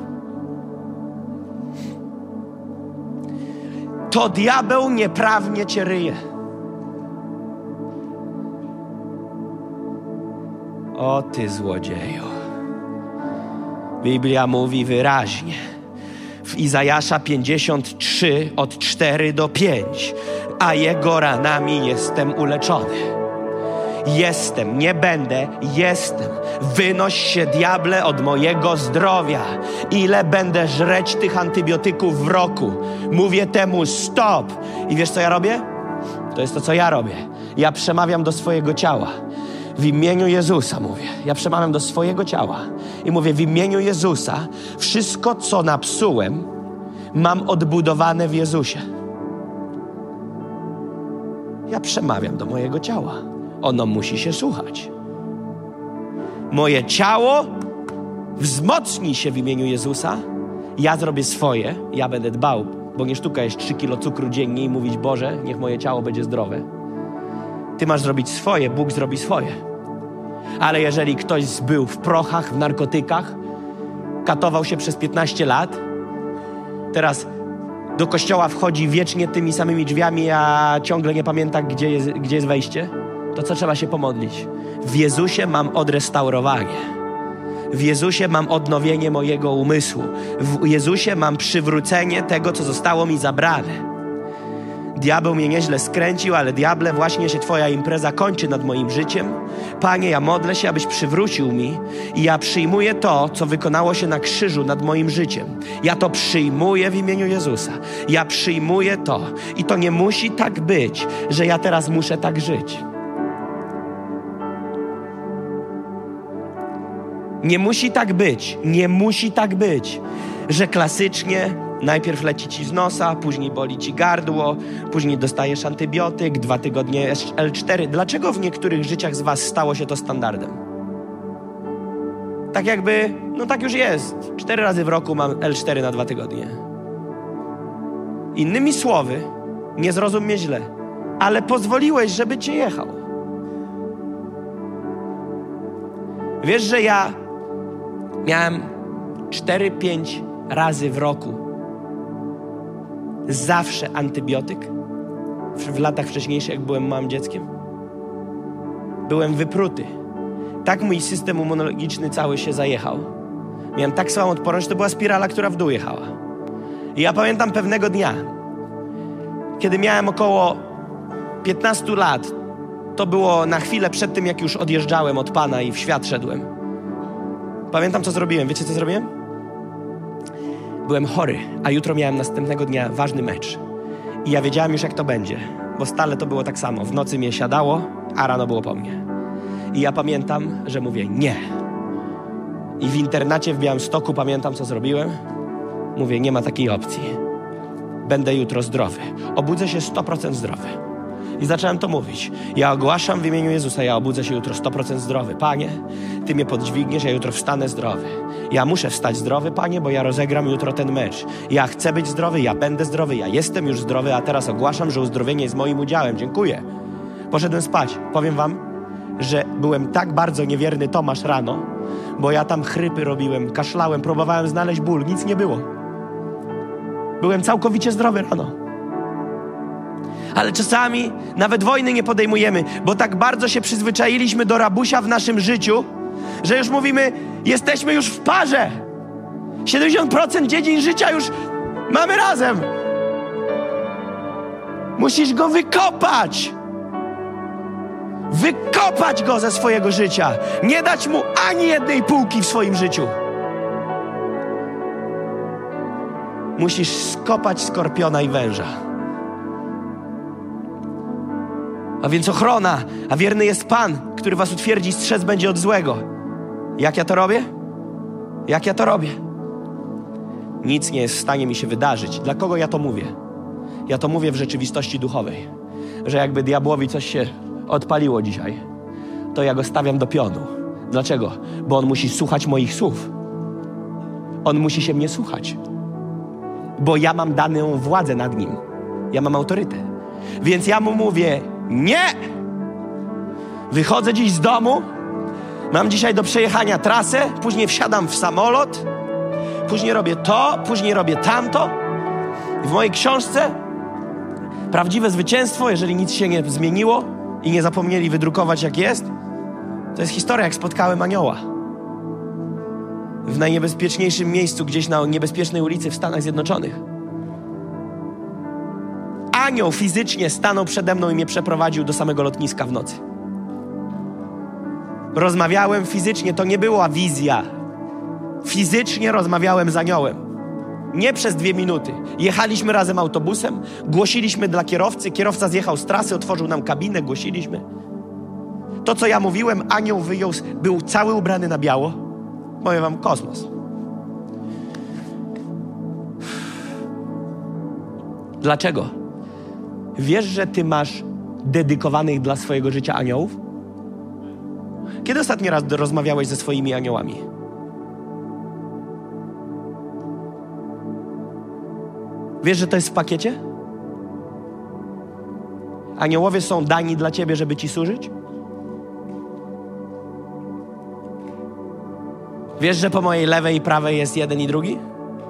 To diabeł nieprawnie Cię ryje. O ty złodzieju. Biblia mówi wyraźnie w Izajasza 53 od 4 do 5, a jego ranami jestem uleczony. Jestem, nie będę, jestem. Wynoś się, diable, od mojego zdrowia. Ile będę żreć tych antybiotyków w roku? Mówię temu stop. I wiesz, co ja robię? To jest to, co ja robię. Ja przemawiam do swojego ciała. W imieniu Jezusa mówię. Ja przemawiam do swojego ciała i mówię w imieniu Jezusa. Wszystko, co napsułem, mam odbudowane w Jezusie. Ja przemawiam do mojego ciała. Ono musi się słuchać. Moje ciało wzmocni się w imieniu Jezusa. Ja zrobię swoje. Ja będę dbał, bo nie sztuka jest 3 kilo cukru dziennie i mówić: Boże, niech moje ciało będzie zdrowe. Ty masz zrobić swoje, Bóg zrobi swoje. Ale jeżeli ktoś był w prochach, w narkotykach, katował się przez 15 lat, teraz do kościoła wchodzi wiecznie tymi samymi drzwiami, a ciągle nie pamięta, gdzie jest wejście, to co trzeba się pomodlić? W Jezusie mam odrestaurowanie. W Jezusie mam odnowienie mojego umysłu. W Jezusie mam przywrócenie tego, co zostało mi zabrane. Diabeł mnie nieźle skręcił, ale diable, właśnie się Twoja impreza kończy nad moim życiem. Panie, ja modlę się, abyś przywrócił mi i ja przyjmuję to, co wykonało się na krzyżu nad moim życiem. Ja to przyjmuję w imieniu Jezusa. Ja przyjmuję to. I to nie musi tak być, że ja teraz muszę tak żyć. Nie musi tak być. Nie musi tak być, że klasycznie najpierw leci ci z nosa, później boli ci gardło, później dostajesz antybiotyk, 2 tygodnie L4. Dlaczego w niektórych życiach z was stało się to standardem? Tak jakby, no tak już jest. 4 razy w roku mam L4 na 2 tygodnie. Innymi słowy, nie zrozum mnie źle, ale pozwoliłeś, żeby cię jechał. Wiesz, że ja miałem 4-5 razy w roku zawsze antybiotyk w latach wcześniejszych, jak byłem małym dzieckiem. Byłem wypruty. Tak mój system immunologiczny cały się zajechał. Miałem tak słabą odporność, to była spirala, która w dół jechała. I ja pamiętam pewnego dnia, kiedy miałem około 15 lat, to było na chwilę przed tym, jak już odjeżdżałem od Pana i w świat szedłem. Pamiętam, co zrobiłem. Wiecie, co zrobiłem? Byłem chory, a jutro miałem następnego dnia ważny mecz. I ja wiedziałem już, jak to będzie, bo stale to było tak samo. W nocy mnie siadało, a rano było po mnie. I ja pamiętam, że mówię nie. I w internacie w Białymstoku pamiętam, co zrobiłem. Mówię, nie ma takiej opcji. Będę jutro zdrowy. Obudzę się 100% zdrowy. I zacząłem to mówić. Ja ogłaszam w imieniu Jezusa, ja obudzę się jutro 100% zdrowy. Panie, Ty mnie podźwigniesz, ja jutro wstanę zdrowy. Ja muszę wstać zdrowy, Panie, bo ja rozegram jutro ten mecz. Ja chcę być zdrowy, ja będę zdrowy, ja jestem już zdrowy, a teraz ogłaszam, że uzdrowienie jest moim udziałem. Dziękuję. Poszedłem spać. Powiem wam, że byłem tak bardzo niewierny Tomasz rano, bo ja tam chrypy robiłem, kaszlałem, próbowałem znaleźć ból, nic nie było. Byłem całkowicie zdrowy rano. Ale czasami nawet wojny nie podejmujemy, bo tak bardzo się przyzwyczailiśmy do rabusia w naszym życiu, że już mówimy, jesteśmy już w parze. 70% dziedzin życia już mamy razem. Musisz go wykopać. Wykopać go ze swojego życia. Nie dać mu ani jednej półki w swoim życiu. Musisz skopać skorpiona i węża. A więc ochrona, a wierny jest Pan, który was utwierdzi, strzec będzie od złego. Jak ja to robię? Jak ja to robię? Nic nie jest w stanie mi się wydarzyć. Dla kogo ja to mówię? Ja to mówię w rzeczywistości duchowej. Że jakby diabłowi coś się odpaliło dzisiaj, to ja go stawiam do pionu. Dlaczego? Bo on musi słuchać moich słów. On musi się mnie słuchać. Bo ja mam daną władzę nad nim. Ja mam autorytet. Więc ja mu mówię, nie! Wychodzę dziś z domu, mam dzisiaj do przejechania trasę, później wsiadam w samolot, później robię to, później robię tamto. W mojej książce Prawdziwe zwycięstwo, jeżeli nic się nie zmieniło i nie zapomnieli wydrukować jak jest, To jest historia, jak spotkałem anioła. W najniebezpieczniejszym miejscu, gdzieś na niebezpiecznej ulicy w Stanach Zjednoczonych. Anioł fizycznie stanął przede mną i mnie przeprowadził do samego lotniska w nocy. Rozmawiałem fizycznie, to nie była wizja. Fizycznie rozmawiałem z aniołem. Nie przez 2 minuty. Jechaliśmy razem autobusem, głosiliśmy dla kierowcy, kierowca zjechał z trasy, otworzył nam kabinę, głosiliśmy. To, co ja mówiłem, anioł wyjął, był cały ubrany na biało. Powiem wam, kosmos. Dlaczego? Wiesz, że ty masz dedykowanych dla swojego życia aniołów? Kiedy ostatni raz rozmawiałeś ze swoimi aniołami? Wiesz, że to jest w pakiecie? Aniołowie są dani dla ciebie, żeby ci służyć? Wiesz, że po mojej lewej i prawej jest jeden i drugi?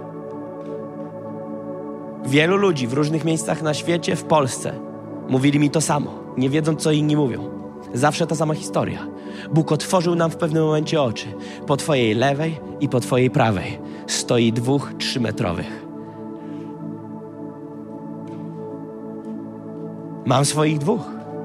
Wielu ludzi w różnych miejscach na świecie, w Polsce, mówili mi to samo, nie wiedząc, co inni mówią. Zawsze ta sama historia. Bóg otworzył nam w pewnym momencie oczy. Po twojej lewej i po twojej prawej stoi 2 3-metrowych. Mam swoich 2.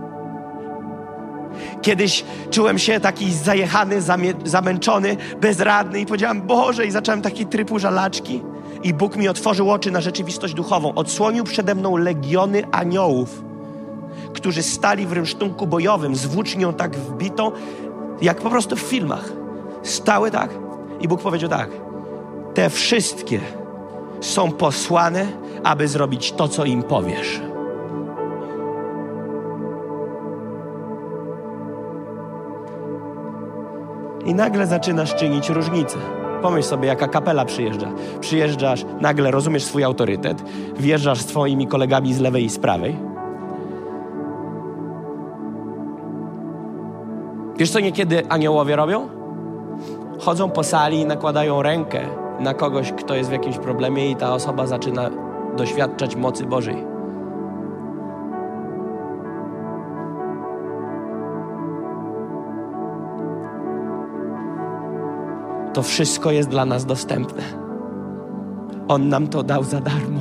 Kiedyś czułem się taki zajechany, zamęczony, bezradny i powiedziałem, Boże, i zacząłem taki tryb użalaczki i Bóg mi otworzył oczy na rzeczywistość duchową. Odsłonił przede mną legiony aniołów, którzy stali w rynsztunku bojowym z włócznią tak wbitą, jak po prostu w filmach. Stały tak i Bóg powiedział tak, te wszystkie są posłane, aby zrobić to, co im powiesz. I nagle zaczynasz czynić różnicę. Pomyśl sobie, jaka kapela przyjeżdża. Przyjeżdżasz, nagle rozumiesz swój autorytet, wjeżdżasz z twoimi kolegami z lewej i z prawej. Wiesz, co niekiedy aniołowie robią? Chodzą po sali i nakładają rękę na kogoś, kto jest w jakimś problemie i ta osoba zaczyna doświadczać mocy Bożej. To wszystko jest dla nas dostępne. On nam to dał za darmo.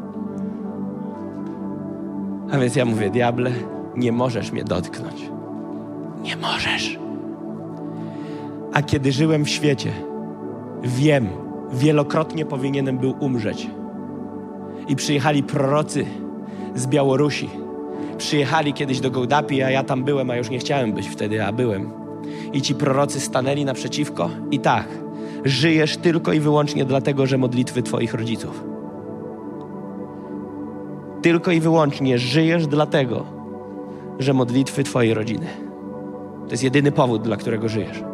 A więc ja mówię, diable, nie możesz mnie dotknąć. Nie możesz. A kiedy żyłem w świecie, wiem, wielokrotnie powinienem był umrzeć. I przyjechali prorocy z Białorusi. Przyjechali kiedyś do Gołdapi, a ja tam byłem, a już nie chciałem być wtedy, a byłem. I ci prorocy stanęli naprzeciwko i tak, żyjesz tylko i wyłącznie dlatego, że modlitwy twoich rodziców. Tylko i wyłącznie żyjesz dlatego, że modlitwy twojej rodziny. To jest jedyny powód, dla którego żyjesz.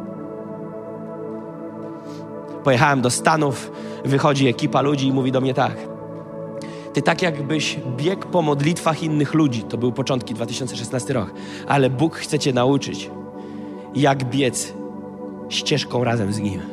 Pojechałem do Stanów, wychodzi ekipa ludzi i mówi do mnie tak. Ty tak jakbyś biegł po modlitwach innych ludzi. To był początki, 2016 rok. Ale Bóg chce cię nauczyć, jak biec ścieżką razem z Nim.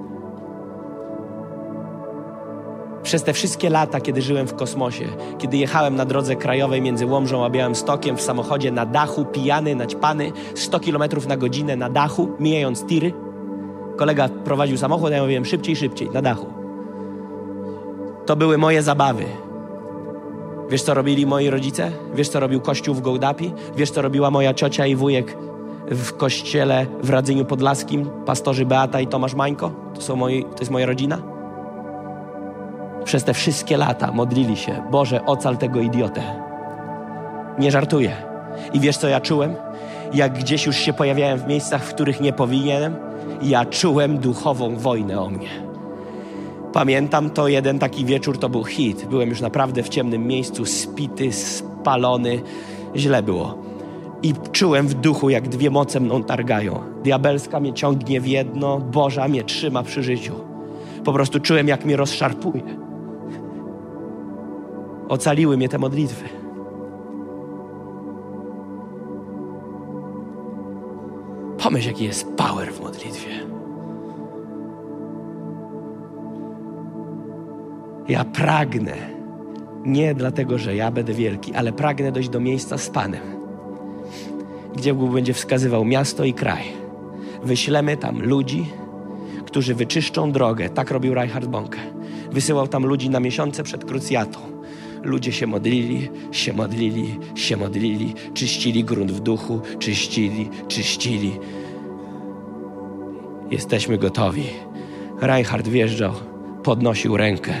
Przez te wszystkie lata, kiedy żyłem w kosmosie, kiedy jechałem na drodze krajowej między Łomżą a Białymstokiem w samochodzie na dachu, pijany, naćpany, 100 km na godzinę na dachu, mijając tiry. Kolega prowadził samochód, a ja mówiłem szybciej, na dachu. To były moje zabawy. Wiesz, co robili moi rodzice? Wiesz, co robił kościół w Gołdapi? Wiesz, co robiła moja ciocia i wujek w kościele w Radzyniu Podlaskim? Pastorzy Beata i Tomasz Mańko? To jest moja rodzina? Przez te wszystkie lata modlili się, Boże, ocal tego idiotę. Nie żartuję. I wiesz, co ja czułem? Jak gdzieś już się pojawiałem w miejscach, w których nie powinienem, ja czułem duchową wojnę o mnie. Pamiętam to, jeden taki wieczór to był hit. Byłem już naprawdę w ciemnym miejscu, spity, spalony. Źle było. I czułem w duchu, jak 2 moce mną targają. Diabelska mnie ciągnie w jedno, Boża mnie trzyma przy życiu. Po prostu czułem, jak mnie rozszarpuje. Ocaliły mnie te modlitwy. Pomyśl, jaki jest power w modlitwie. Ja pragnę, nie dlatego, że ja będę wielki, ale pragnę dojść do miejsca z Panem, gdzie Bóg będzie wskazywał miasto i kraj, wyślemy tam ludzi, którzy wyczyszczą drogę. Tak robił Reinhard Bonke. Wysyłał tam ludzi na miesiące przed krucjatą. Ludzie się modlili, się modlili, się modlili, czyścili grunt w duchu, czyścili. Jesteśmy gotowi. Reinhard wjeżdżał, podnosił rękę.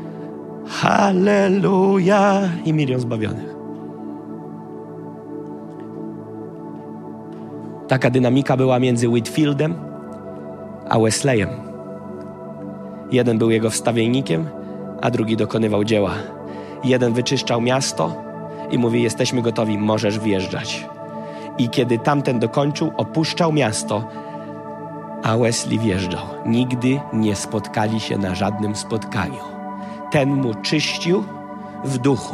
Halleluja! I 1 milion zbawionych. Taka dynamika była między Whitfieldem a Wesleyem. Jeden był jego wstawiennikiem, a drugi dokonywał dzieła. Jeden wyczyszczał miasto i mówi, jesteśmy gotowi, możesz wjeżdżać. I kiedy tamten dokończył, opuszczał miasto, a Wesley wjeżdżał. Nigdy nie spotkali się na żadnym spotkaniu. Ten mu czyścił w duchu.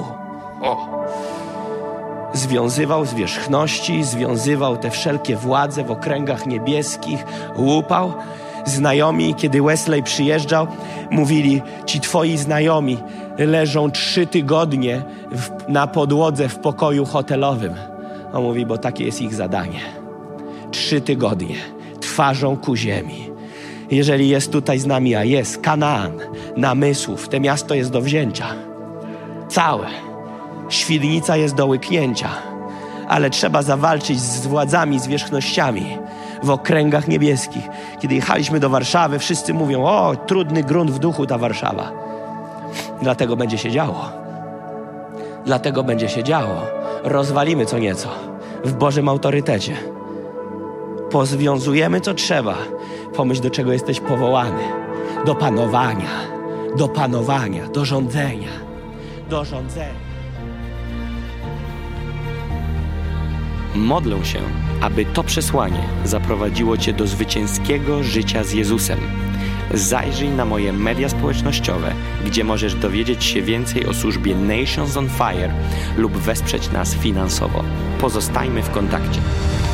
Związywał zwierzchności, związywał te wszelkie władze w okręgach niebieskich, łupał. Znajomi, kiedy Wesley przyjeżdżał, mówili, ci twoi znajomi leżą 3 tygodnie na podłodze w pokoju hotelowym. On mówi, bo takie jest ich zadanie. 3 tygodnie, twarzą ku ziemi. Jeżeli jest tutaj z nami, a jest Kanaan, namysłów, te miasto jest do wzięcia. Całe. Świdnica jest do łyknięcia. Ale trzeba zawalczyć z władzami, zwierzchnościami w okręgach niebieskich. Kiedy jechaliśmy do Warszawy, wszyscy mówią, o, trudny grunt w duchu ta Warszawa. Dlatego będzie się działo. Dlatego będzie się działo. Rozwalimy co nieco w Bożym autorytecie. Pozwiązujemy co trzeba. Pomyśl, do czego jesteś powołany. Do panowania, do rządzenia. Modlę się, aby to przesłanie zaprowadziło Cię do zwycięskiego życia z Jezusem. Zajrzyj na moje media społecznościowe, gdzie możesz dowiedzieć się więcej o służbie Nations on Fire lub wesprzeć nas finansowo. Pozostajmy w kontakcie.